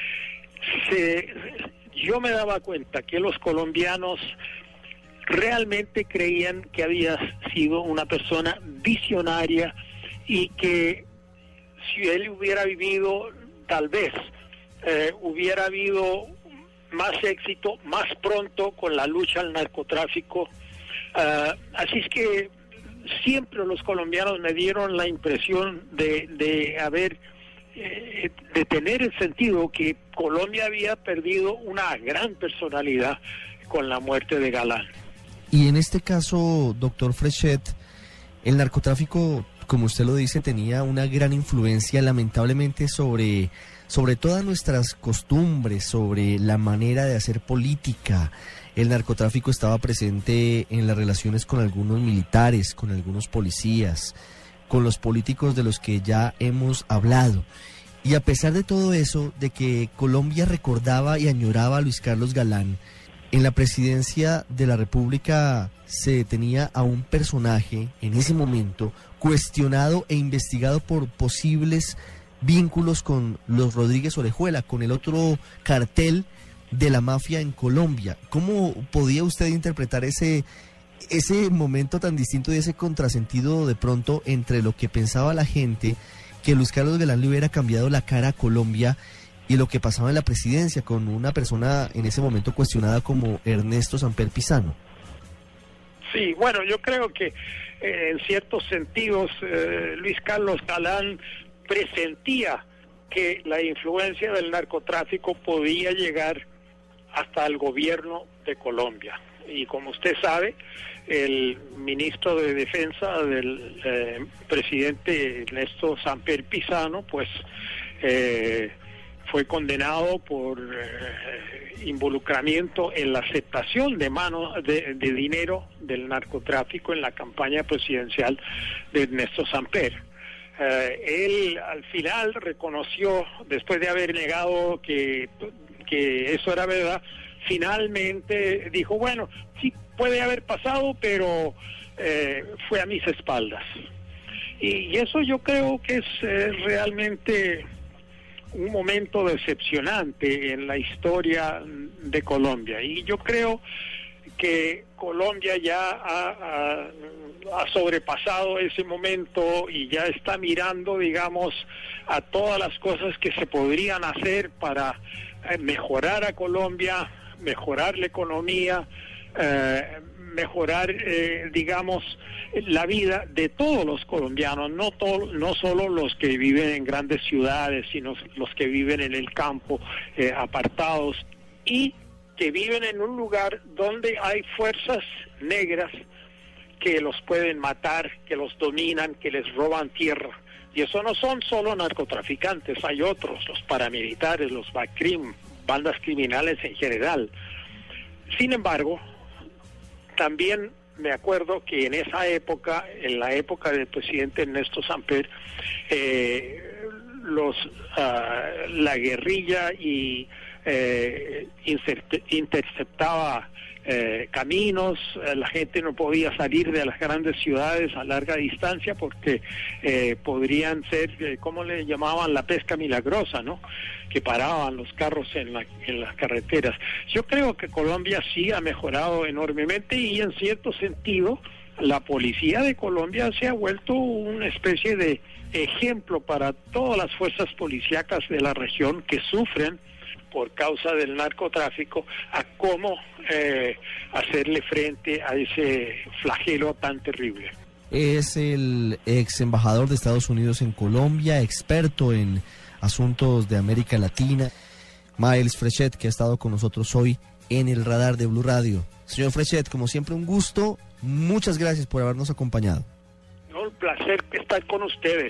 se, yo me daba cuenta que los colombianos realmente creían que había sido una persona visionaria y que si él hubiera vivido, tal vez eh, hubiera habido más éxito más pronto con la lucha al narcotráfico. Uh, así es que siempre los colombianos me dieron la impresión de, de haber, eh, de tener el sentido que Colombia había perdido una gran personalidad con la muerte de Galán. Y en este caso, doctor Frechette, el narcotráfico, como usted lo dice, tenía una gran influencia lamentablemente sobre, sobre todas nuestras costumbres, sobre la manera de hacer política. El narcotráfico estaba presente en las relaciones con algunos militares, con algunos policías, con los políticos de los que ya hemos hablado. Y a pesar de todo eso, de que Colombia recordaba y añoraba a Luis Carlos Galán, en la presidencia de la República se tenía a un personaje en ese momento cuestionado e investigado por posibles vínculos con los Rodríguez Orejuela, con el otro cartel de la mafia en Colombia. ¿Cómo podía usted interpretar ese, ese momento tan distinto y ese contrasentido de pronto entre lo que pensaba la gente, que Luis Carlos Galán le hubiera cambiado la cara a Colombia, y lo que pasaba en la presidencia con una persona en ese momento cuestionada como Ernesto Samper Pizano? Sí, bueno, yo creo que eh, en ciertos sentidos eh, Luis Carlos Galán presentía que la influencia del narcotráfico podía llegar hasta el gobierno de Colombia. Y como usted sabe, el ministro de Defensa del eh, presidente Ernesto Samper Pizano, pues eh, fue condenado por eh, involucramiento en la aceptación de mano de, de dinero del narcotráfico en la campaña presidencial de Ernesto Samper. eh, él al final reconoció, después de haber negado que, que eso era verdad, finalmente dijo, bueno, sí puede haber pasado, pero eh, fue a mis espaldas. Y, y eso yo creo que es eh, realmente un momento decepcionante en la historia de Colombia. Y yo creo que Colombia ya ha, ha, ha sobrepasado ese momento y ya está mirando, digamos, a todas las cosas que se podrían hacer para eh, mejorar a Colombia, mejorar la economía, eh, mejorar, eh, digamos, la vida de todos los colombianos, no todo, no solo los que viven en grandes ciudades, sino los que viven en el campo, eh, apartados, y que viven en un lugar donde hay fuerzas negras que los pueden matar, que los dominan, que les roban tierra. Y eso no son solo narcotraficantes, hay otros, los paramilitares, los BACRIM, bandas criminales en general. Sin embargo, también me acuerdo que en esa época, en la época del presidente Ernesto Samper, eh, los uh, la guerrilla y eh, interceptaba eh, caminos, la gente no podía salir de las grandes ciudades a larga distancia porque eh, podrían ser, eh, ¿cómo le llamaban? La pesca milagrosa, ¿no? Que paraban los carros en, la, en las carreteras. Yo creo que Colombia sí ha mejorado enormemente y en cierto sentido la policía de Colombia se ha vuelto una especie de ejemplo para todas las fuerzas policíacas de la región que sufren por causa del narcotráfico, a cómo eh, hacerle frente a ese flagelo tan terrible. Es el ex embajador de Estados Unidos en Colombia, experto en asuntos de América Latina, Miles Frechet, que ha estado con nosotros hoy en el radar de Blue Radio. Señor Frechet, como siempre un gusto, muchas gracias por habernos acompañado. No, un placer estar con ustedes,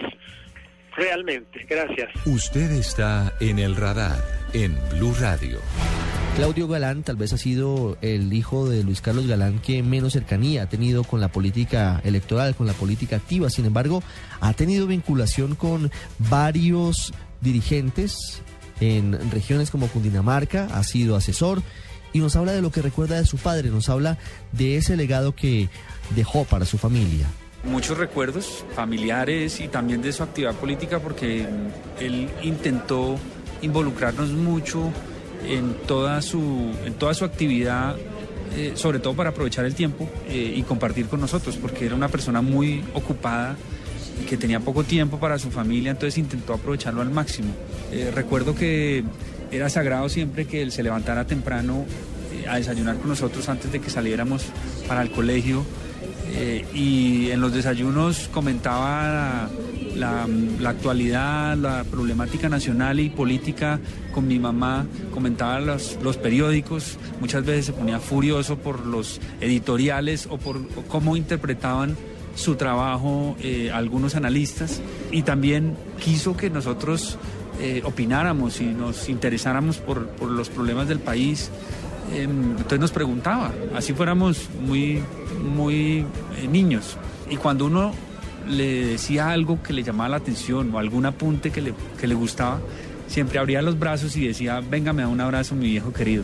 realmente, gracias. Usted está en el radar, en Blue Radio. Claudio Galán tal vez ha sido el hijo de Luis Carlos Galán que menos cercanía ha tenido con la política electoral, con la política activa. Sin embargo, ha tenido vinculación con varios dirigentes en regiones como Cundinamarca, ha sido asesor y nos habla de lo que recuerda de su padre, nos habla de ese legado que dejó para su familia. Muchos recuerdos familiares y también de su actividad política porque él intentó involucrarnos mucho en toda su, en toda su actividad, eh, sobre todo para aprovechar el tiempo eh, y compartir con nosotros, porque era una persona muy ocupada, que tenía poco tiempo para su familia, entonces intentó aprovecharlo al máximo. Eh, recuerdo que era sagrado siempre que él se levantara temprano eh, a desayunar con nosotros antes de que saliéramos para el colegio. Eh, y en los desayunos comentaba la, la, la actualidad, la problemática nacional y política con mi mamá, comentaba los, los periódicos, muchas veces se ponía furioso por los editoriales o por o cómo interpretaban su trabajo eh, algunos analistas, y también quiso que nosotros eh, opináramos y nos interesáramos por, por los problemas del país. Entonces nos preguntaba, así fuéramos muy, muy eh, niños, y cuando uno le decía algo que le llamaba la atención o algún apunte que le, que le gustaba, siempre abría los brazos y decía, venga, me da un abrazo mi viejo querido.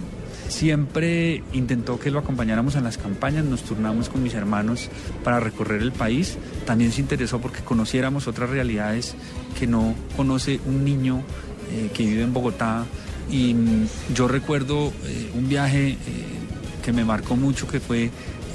Siempre intentó que lo acompañáramos en las campañas, nos turnamos con mis hermanos para recorrer el país. También se interesó porque conociéramos otras realidades que no conoce un niño eh, que vive en Bogotá. Y yo recuerdo eh, un viaje eh, que me marcó mucho, que fue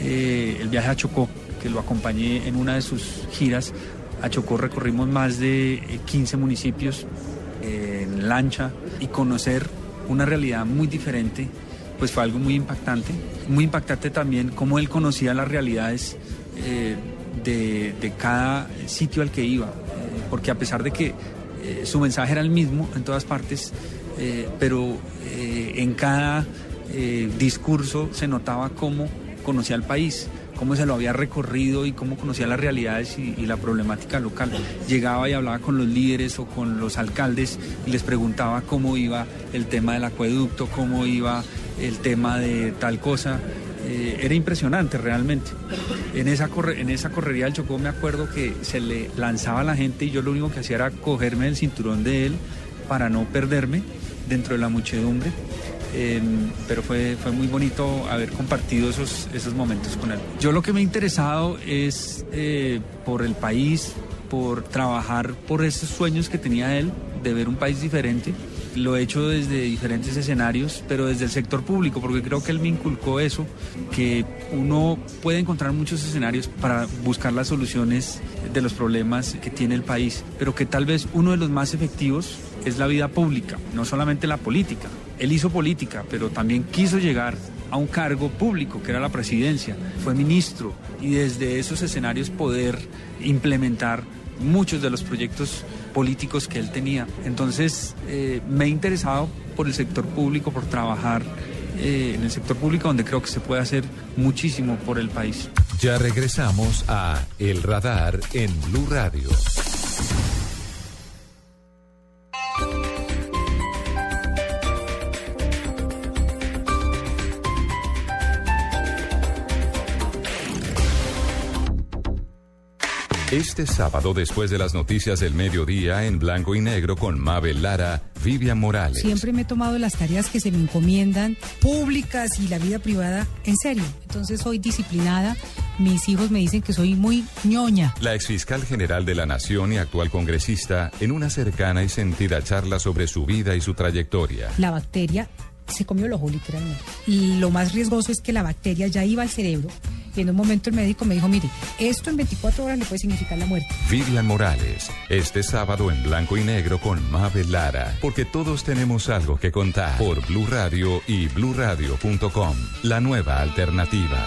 eh, el viaje a Chocó, que lo acompañé en una de sus giras. A Chocó recorrimos más de eh, quince municipios eh, en lancha, y conocer una realidad muy diferente pues fue algo muy impactante. Muy impactante también cómo él conocía las realidades eh, de, de cada sitio al que iba, eh, porque a pesar de que eh, su mensaje era el mismo en todas partes, Eh, pero eh, en cada eh, discurso se notaba cómo conocía el país, cómo se lo había recorrido y cómo conocía las realidades y, y la problemática local. Llegaba y hablaba con los líderes o con los alcaldes y les preguntaba cómo iba el tema del acueducto, cómo iba el tema de tal cosa. eh, era impresionante realmente. En esa, corre, en esa correría del Chocó me acuerdo que se le lanzaba a la gente y yo lo único que hacía era cogerme el cinturón de él para no perderme dentro de la muchedumbre. Eh, pero fue, fue muy bonito haber compartido esos, esos momentos con él. Yo lo que me ha interesado es eh, por el país, por trabajar por esos sueños que tenía él, de ver un país diferente. Lo he hecho desde diferentes escenarios, pero desde el sector público, porque creo que él me inculcó eso, que uno puede encontrar muchos escenarios para buscar las soluciones de los problemas que tiene el país, pero que tal vez uno de los más efectivos es la vida pública, no solamente la política. Él hizo política, pero también quiso llegar a un cargo público, que era la presidencia, fue ministro, y desde esos escenarios poder implementar muchos de los proyectos políticos que él tenía. Entonces, eh, me he interesado por el sector público, por trabajar eh, en el sector público, donde creo que se puede hacer muchísimo por el país. Ya regresamos a El Radar en Blue Radio. Este sábado, después de las noticias del mediodía, en blanco y negro con Mabel Lara, Vivian Morales. Siempre me he tomado las tareas que se me encomiendan, públicas y la vida privada, en serio. Entonces soy disciplinada. Mis hijos me dicen que soy muy ñoña. La exfiscal general de la Nación y actual congresista, en una cercana y sentida charla sobre su vida y su trayectoria. La bacteria se comió el ojo, literalmente. Y lo más riesgoso es que la bacteria ya iba al cerebro. Y en un momento el médico me dijo, mire, esto en veinticuatro horas le puede significar la muerte. Vivian Morales, este sábado en blanco y negro con Mabel Lara, porque todos tenemos algo que contar. Por Blue Radio y blue radio punto com, la nueva alternativa.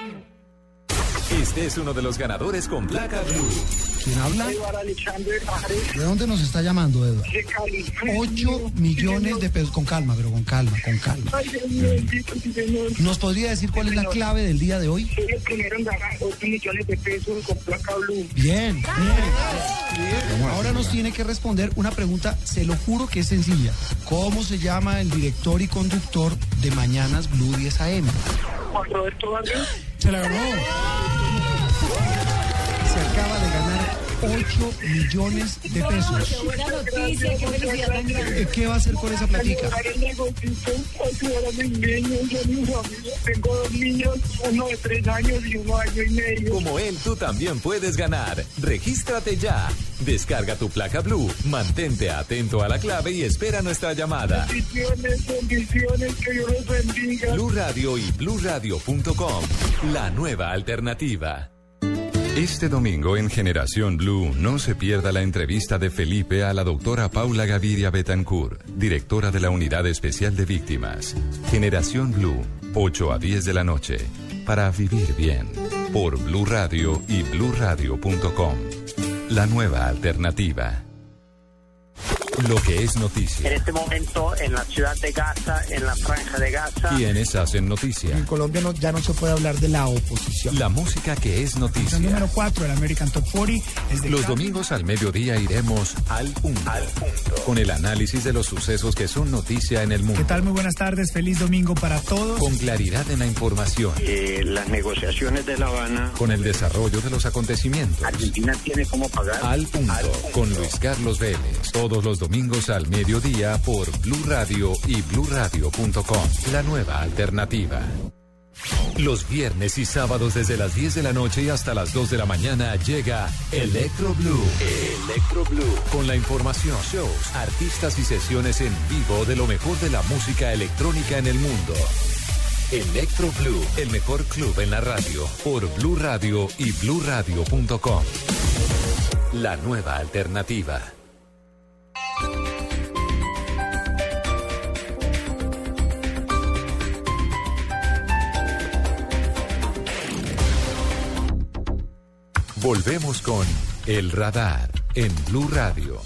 Este es uno de los ganadores con placa Blue. ¿Quién habla? Eduardo Alexander Pajares. ¿De dónde nos está llamando, Eduardo? De Cali. Ocho millones de pesos. Con calma, pero con calma, con calma. Ay, Dios mío, bendito, sí, señor. ¿Nos podría decir cuál es la clave del día de hoy? Soy el primero en ganar ocho millones de pesos con placa Blue. Bien, bien. bien. Ahora nos tiene que responder una pregunta, se lo juro que es sencilla. ¿Cómo se llama el director y conductor de Mañanas Blue diez A M? Juan Roberto Vargas. Se la ganó. Se acaba de ganar ocho millones de pesos. Qué buena noticia, qué felicidad tan grande. ¿Qué va a hacer con esa platica? Tengo dos niños, uno de tres años y uno año y medio. Como él, tú también puedes ganar. Regístrate ya. Descarga tu placa Blue, mantente atento a la clave y espera nuestra llamada. Bendiciones, bendiciones, que Dios los bendiga. Blue Radio y blue radio punto com, la nueva alternativa. Este domingo en Generación Blue no se pierda la entrevista de Felipe a la doctora Paula Gaviria Betancourt, directora de la Unidad Especial de Víctimas. Generación Blue, ocho a diez de la noche, para vivir bien, por Blue Radio y blue radio punto com, la nueva alternativa. Lo que es noticia. En este momento, en la ciudad de Gaza, en la franja de Gaza. ¿Quiénes hacen noticia? En Colombia no, ya no se puede hablar de la oposición. La música que es noticia. El número cuatro, el American Top cuarenta. Es de Los Cali. domingos al mediodía iremos al punto, al punto, con el análisis de los sucesos que son noticia en el mundo. ¿Qué tal? Muy buenas tardes. Feliz domingo para todos. Con claridad en la información. Eh, las negociaciones de La Habana. Con el desarrollo de los acontecimientos. Argentina tiene cómo pagar. Al punto, al punto, con Luis Carlos Vélez. Todos los domingos al mediodía por Blue Radio y blue radio punto com, la nueva alternativa. Los viernes y sábados desde las diez de la noche y hasta las dos de la mañana llega Electro Blue. Electro Blue. Con la información, shows, artistas y sesiones en vivo de lo mejor de la música electrónica en el mundo. Electro Blue, el mejor club en la radio, por Blue Radio y blue radio punto com. La nueva alternativa. Volvemos con El Radar en Blue Radio.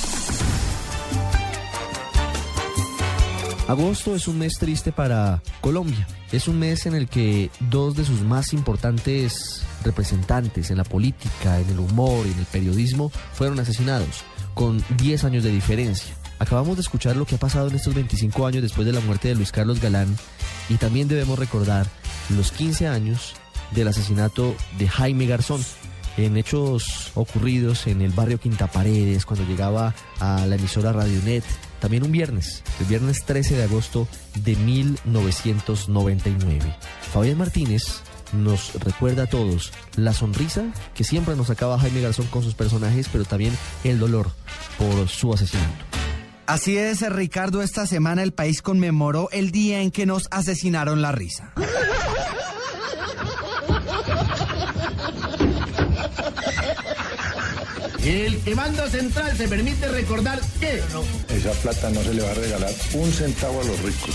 Agosto es un mes triste para Colombia. Es un mes en el que dos de sus más importantes representantes en la política, en el humor y en el periodismo fueron asesinados, con diez años de diferencia. Acabamos de escuchar lo que ha pasado en estos veinticinco años después de la muerte de Luis Carlos Galán y también debemos recordar los quince años del asesinato de Jaime Garzón, en hechos ocurridos en el barrio Quinta Paredes, cuando llegaba a la emisora Radionet, también un viernes, el viernes trece de agosto de mil novecientos noventa y nueve. Fabián Martínez nos recuerda a todos la sonrisa que siempre nos sacaba Jaime Garzón con sus personajes, pero también el dolor por su asesinato. Así es, Ricardo, esta semana el país conmemoró el día en que nos asesinaron la risa. El Comando Central se permite recordar que... Esa plata no se le va a regalar un centavo a los ricos.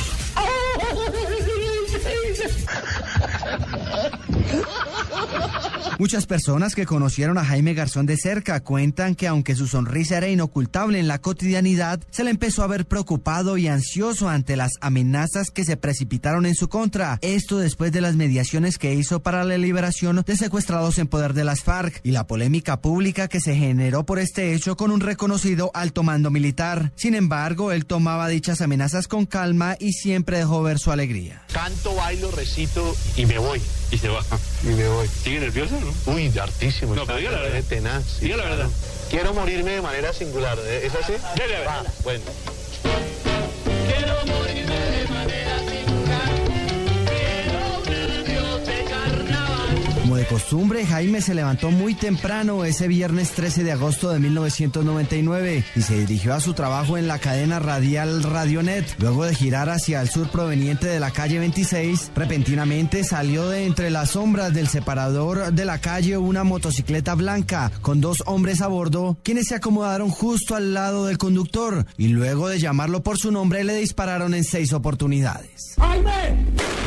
Muchas personas que conocieron a Jaime Garzón de cerca cuentan que aunque su sonrisa era inocultable en la cotidianidad, se le empezó a ver preocupado y ansioso ante las amenazas que se precipitaron en su contra. Esto después de las mediaciones que hizo para la liberación de secuestrados en poder de las FARC y la polémica pública que se generó por este hecho con un reconocido alto mando militar. Sin embargo, él tomaba dichas amenazas con calma y siempre dejó ver su alegría. Canto, bailo, recito y me voy. Y se va. Y me voy. ¿Sigue nervioso, no? Uy, hartísimo. No, pero diga la verdad. Tenaz. Sí, diga la verdad. Quiero morirme de manera singular. ¿Es así? Dele a ver. Ah, bueno. Quiero morirme de manera singular. Quiero nervios de carnaval. Como de costumbre, Jaime se levantó muy temprano ese viernes trece de agosto de mil novecientos noventa y nueve y se dirigió a su trabajo en la cadena radial Radionet. Luego de girar hacia el sur proveniente de la calle veintiséis, repentinamente salió de entre las sombras del separador de la calle una motocicleta blanca con dos hombres a bordo, quienes se acomodaron justo al lado del conductor y luego de llamarlo por su nombre le dispararon en seis oportunidades. ¡Jaime!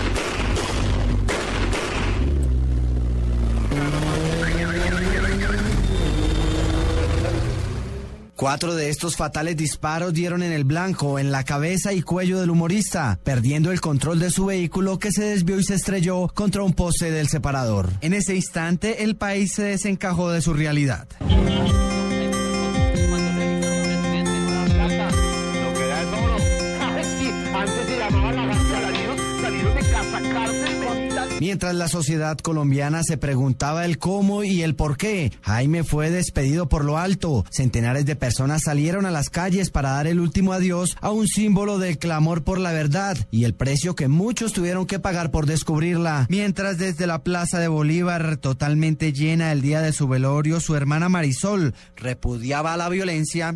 Cuatro de estos fatales disparos dieron en el blanco, en la cabeza y cuello del humorista, perdiendo el control de su vehículo que se desvió y se estrelló contra un poste del separador. En ese instante, el país se desencajó de su realidad. Mientras la sociedad colombiana se preguntaba el cómo y el por qué, Jaime fue despedido por lo alto. Centenares de personas salieron a las calles para dar el último adiós a un símbolo del clamor por la verdad y el precio que muchos tuvieron que pagar por descubrirla. Mientras desde la Plaza de Bolívar, totalmente llena el día de su velorio, su hermana Marisol repudiaba la violencia.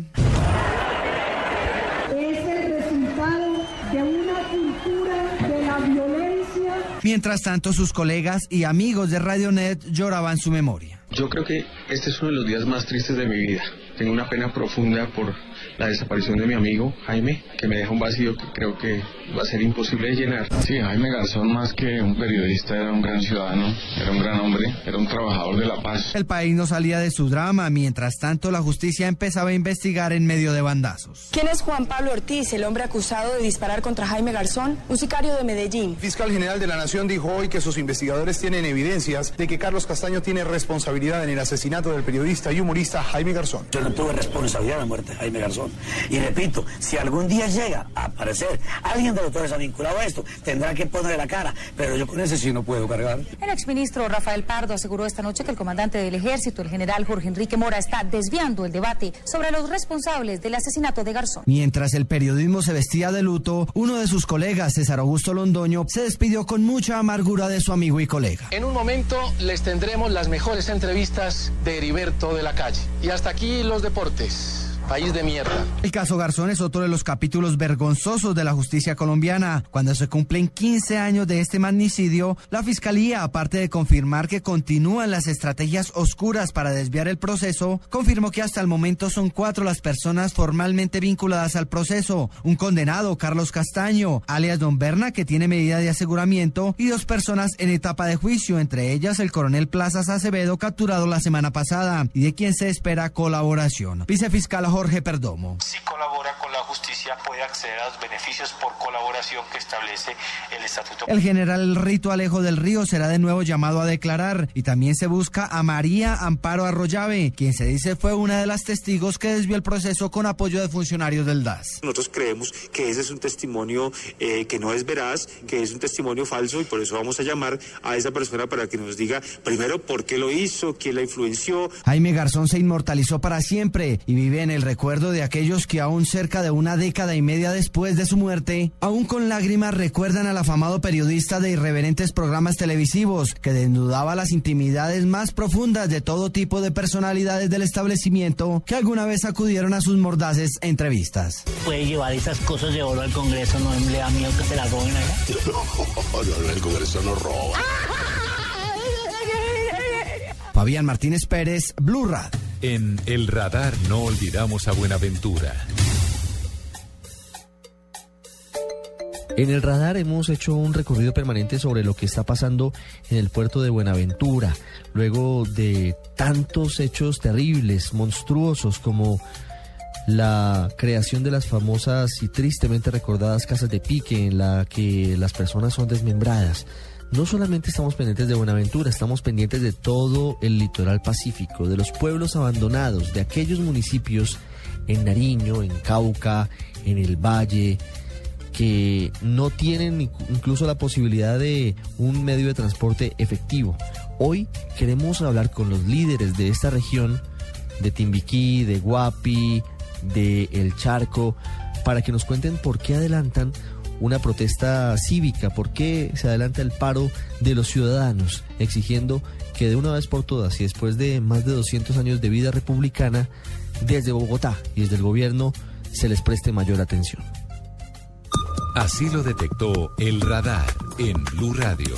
Mientras tanto, sus colegas y amigos de Radionet lloraban su memoria. Yo creo que este es uno de los días más tristes de mi vida. Tengo una pena profunda por la desaparición de mi amigo Jaime, que me deja un vacío que creo que va a ser imposible de llenar. Sí, Jaime Garzón, más que un periodista, era un gran ciudadano, era un gran hombre, era un trabajador de la paz. El país no salía de su drama, mientras tanto la justicia empezaba a investigar en medio de bandazos. ¿Quién es Juan Pablo Ortiz, el hombre acusado de disparar contra Jaime Garzón, un sicario de Medellín? El fiscal general de la Nación dijo hoy que sus investigadores tienen evidencias de que Carlos Castaño tiene responsabilidad en el asesinato del periodista y humorista Jaime Garzón. Yo no tuve responsabilidad en la muerte de Jaime Garzón. Y repito, si algún día llega a aparecer alguien de los doctores vinculado a esto, tendrá que ponerle la cara, pero yo con ese sí no puedo cargar. El exministro Rafael Pardo aseguró esta noche que el comandante del ejército, el general Jorge Enrique Mora, está desviando el debate sobre los responsables del asesinato de Garzón. Mientras el periodismo se vestía de luto, uno de sus colegas, César Augusto Londoño, se despidió con mucha amargura de su amigo y colega. En un momento les tendremos las mejores entrevistas de Heriberto de la Calle. Y hasta aquí los deportes. País de mierda. El caso Garzón es otro de los capítulos vergonzosos de la justicia colombiana. Cuando se cumplen quince años de este magnicidio, la fiscalía, aparte de confirmar que continúan las estrategias oscuras para desviar el proceso, confirmó que hasta el momento son cuatro las personas formalmente vinculadas al proceso. Un condenado, Carlos Castaño, alias Don Berna, que tiene medida de aseguramiento, y dos personas en etapa de juicio, entre ellas el coronel Plazas Acevedo, capturado la semana pasada, y de quien se espera colaboración. Vicefiscal Jorge Perdomo. Si colabora con la justicia, puede acceder a los beneficios por colaboración que establece el Estatuto. El general Rito Alejo del Río será de nuevo llamado a declarar y también se busca a María Amparo Arroyave, quien se dice fue una de las testigos que desvió el proceso con apoyo de funcionarios del D A S. Nosotros creemos que ese es un testimonio eh, que no es veraz, que es un testimonio falso y por eso vamos a llamar a esa persona para que nos diga primero por qué lo hizo, quién la influenció. Jaime Garzón se inmortalizó para siempre y vive en el recuerdo de aquellos que aún cerca de una década y media después de su muerte, aún con lágrimas recuerdan al afamado periodista de irreverentes programas televisivos que desnudaba las intimidades más profundas de todo tipo de personalidades del establecimiento que alguna vez acudieron a sus mordaces entrevistas. Puede llevar esas cosas de oro al Congreso, no le da miedo que se la roben allá. No, no, el Congreso no roba. Fabián Martínez Pérez, Blue Radio. En El Radar no olvidamos a Buenaventura. En El Radar hemos hecho un recorrido permanente sobre lo que está pasando en el puerto de Buenaventura, luego de tantos hechos terribles, monstruosos, como la creación de las famosas y tristemente recordadas casas de pique en la que las personas son desmembradas. No solamente estamos pendientes de Buenaventura, estamos pendientes de todo el litoral pacífico, de los pueblos abandonados, de aquellos municipios en Nariño, en Cauca, en el Valle, que no tienen incluso la posibilidad de un medio de transporte efectivo. Hoy queremos hablar con los líderes de esta región, de Timbiquí, de Guapi, de El Charco, para que nos cuenten por qué adelantan una protesta cívica, por qué se adelanta el paro de los ciudadanos, exigiendo que de una vez por todas y después de más de doscientos años de vida republicana, desde Bogotá y desde el gobierno se les preste mayor atención. Así lo detectó El Radar en Blue Radio.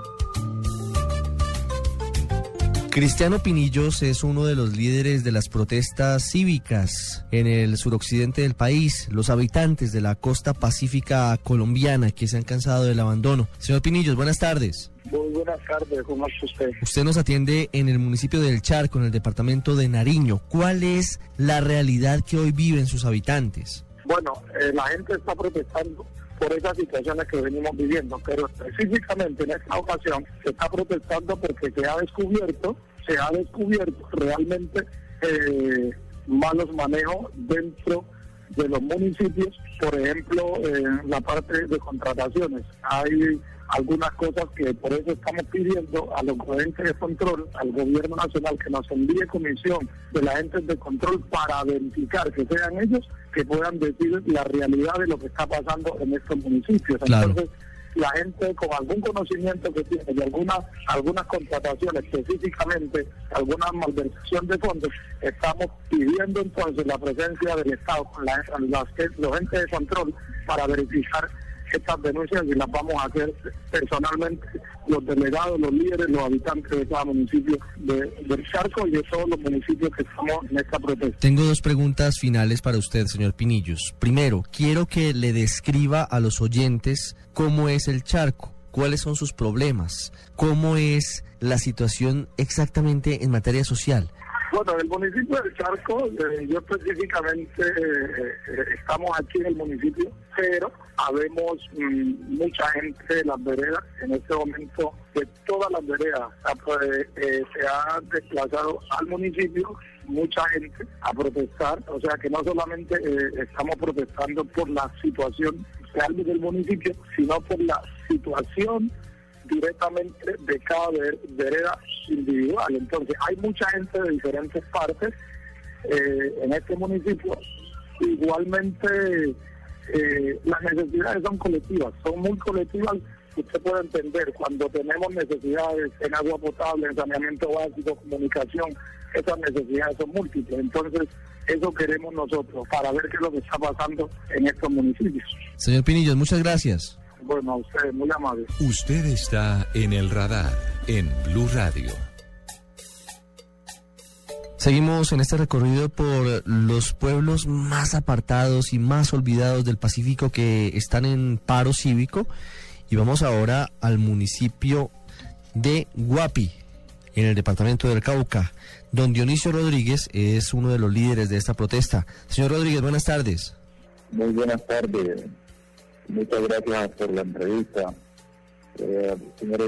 Cristiano Pinillos es uno de los líderes de las protestas cívicas en el suroccidente del país, los habitantes de la costa pacífica colombiana que se han cansado del abandono. Señor Pinillos, buenas tardes. Muy buenas tardes, ¿cómo está usted? Usted nos atiende en el municipio del Charco, en el departamento de Nariño. ¿Cuál es la realidad que hoy viven sus habitantes? Bueno, eh, la gente está protestando por esas situaciones que venimos viviendo, pero específicamente en esta ocasión se está protestando porque se ha descubierto, se ha descubierto realmente eh, malos manejos dentro de los municipios, por ejemplo, en la parte de contrataciones. Hay algunas cosas que por eso estamos pidiendo a los agentes de control, al gobierno nacional, que nos envíe comisión de la agentes de control para verificar que sean ellos que puedan decir la realidad de lo que está pasando en estos municipios. Claro. Entonces, la gente con algún conocimiento que tiene de algunas algunas contrataciones, específicamente alguna malversación de fondos, estamos pidiendo entonces la presencia del Estado con la, las, los entes de control para verificar estas denuncias y las vamos a hacer personalmente los delegados, los líderes, los habitantes de cada municipio de, del Charco y de todos los municipios que estamos en esta protesta. Tengo dos preguntas finales para usted, señor Pinillos. Primero, quiero que le describa a los oyentes cómo es el Charco, cuáles son sus problemas, cómo es la situación exactamente en materia social. Bueno, el municipio del Charco, eh, yo específicamente eh, eh, estamos aquí en el municipio, pero habemos mm, mucha gente de las veredas. En este momento, de todas las veredas eh, eh, se ha desplazado al municipio mucha gente a protestar. O sea que no solamente eh, estamos protestando por la situación real del municipio, sino por la situación directamente de cada vereda individual. Entonces hay mucha gente de diferentes partes eh, en este municipio. Igualmente eh, las necesidades son colectivas, son muy colectivas. Usted puede entender, cuando tenemos necesidades en agua potable, en saneamiento básico, comunicación, esas necesidades son múltiples. Entonces eso queremos nosotros para ver qué es lo que está pasando en estos municipios. Señor Pinillos, muchas gracias. Bueno, a usted, muy amable. Usted está en El Radar, en Blue Radio. Seguimos en este recorrido por los pueblos más apartados y más olvidados del Pacífico que están en paro cívico y vamos ahora al municipio de Guapi, en el departamento del Cauca. Don Dionisio Rodríguez es uno de los líderes de esta protesta. Señor Rodríguez, buenas tardes. Muy buenas tardes. Muchas gracias por la entrevista, eh, señores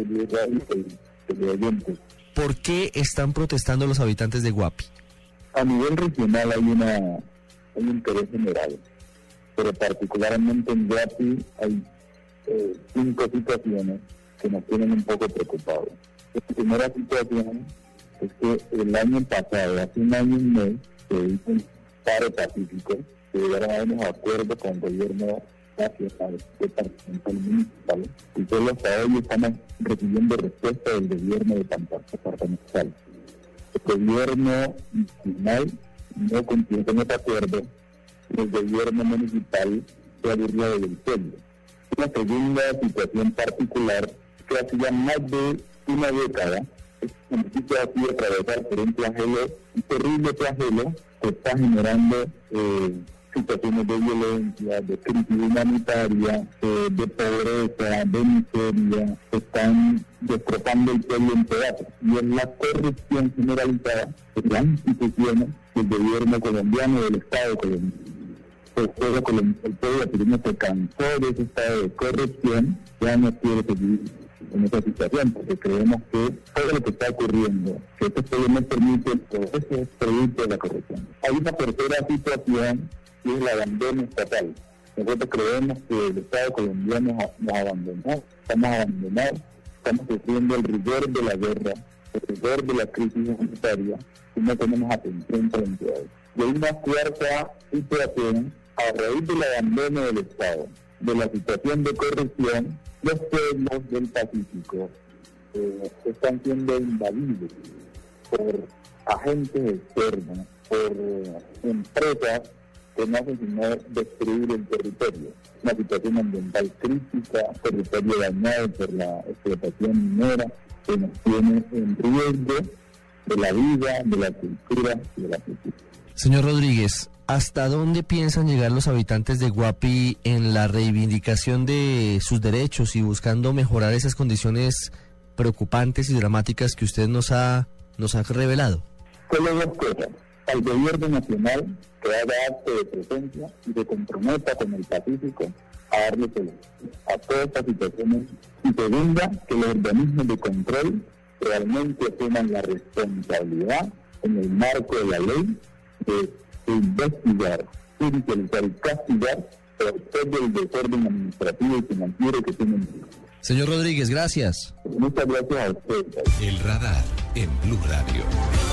y oyentes. ¿Por qué están protestando los habitantes de Guapi? A nivel regional hay una hay un interés general, pero particularmente en Guapi hay eh, cinco situaciones que nos tienen un poco preocupados. La primera situación es que el año pasado, hace un año y un mes, se hizo un paro pacífico, se llegaron a unos acuerdos con el gobierno nacional, departamental, municipal, y solo hasta hoy estamos recibiendo respuesta del gobierno departamental. El gobierno nacional no cumplió con este acuerdo, y el gobierno municipal se aburrió del pueblo. Una segunda situación particular que hace ya más de una década este municipio ha sido atravesar por un flagelo, un terrible flagelo que está generando eh, situaciones de violencia, de crisis humanitaria, eh, de pobreza, de miseria, que están destrozando el pueblo en pedazos. Y es la corrupción generalizada de las instituciones del gobierno colombiano y del Estado colombiano. El pueblo, el pueblo peruano se cansó de ese estado de corrupción, ya no quiere seguir en esa situación, porque creemos que todo lo que está ocurriendo, que este pueblo no permite, todo eso es producto de la corrupción. Hay una tercera situación, que es el abandono estatal. Nosotros creemos que el Estado colombiano nos abandonó, estamos abandonados, estamos sufriendo el rigor de la guerra, el rigor de la crisis humanitaria, y no tenemos atención frente a eso. Y hay una cuarta situación, a raíz del abandono del Estado, de la situación de corrupción, los pueblos del Pacífico eh, están siendo invadidos por agentes externos, por eh, empresas que no hacen sino destruir el territorio. Una situación ambiental crítica, territorio dañado por la explotación minera, que nos tiene en riesgo de la vida, de la cultura y de la cultura. Señor Rodríguez, ¿hasta dónde piensan llegar los habitantes de Guapi en la reivindicación de sus derechos y buscando mejorar esas condiciones preocupantes y dramáticas que usted nos ha nos ha revelado? Solo dos cosas. Al gobierno nacional que haga acto de presencia y se comprometa con el Pacífico a darle solución a todas estas situaciones. Y segunda, que los organismos de control realmente asuman la responsabilidad en el marco de la ley de investigar, judicializar y castigar por todo el desorden administrativo y financiero que tienen. Señor Rodríguez, gracias. Muchas gracias a usted. El Radar en Blue Radio.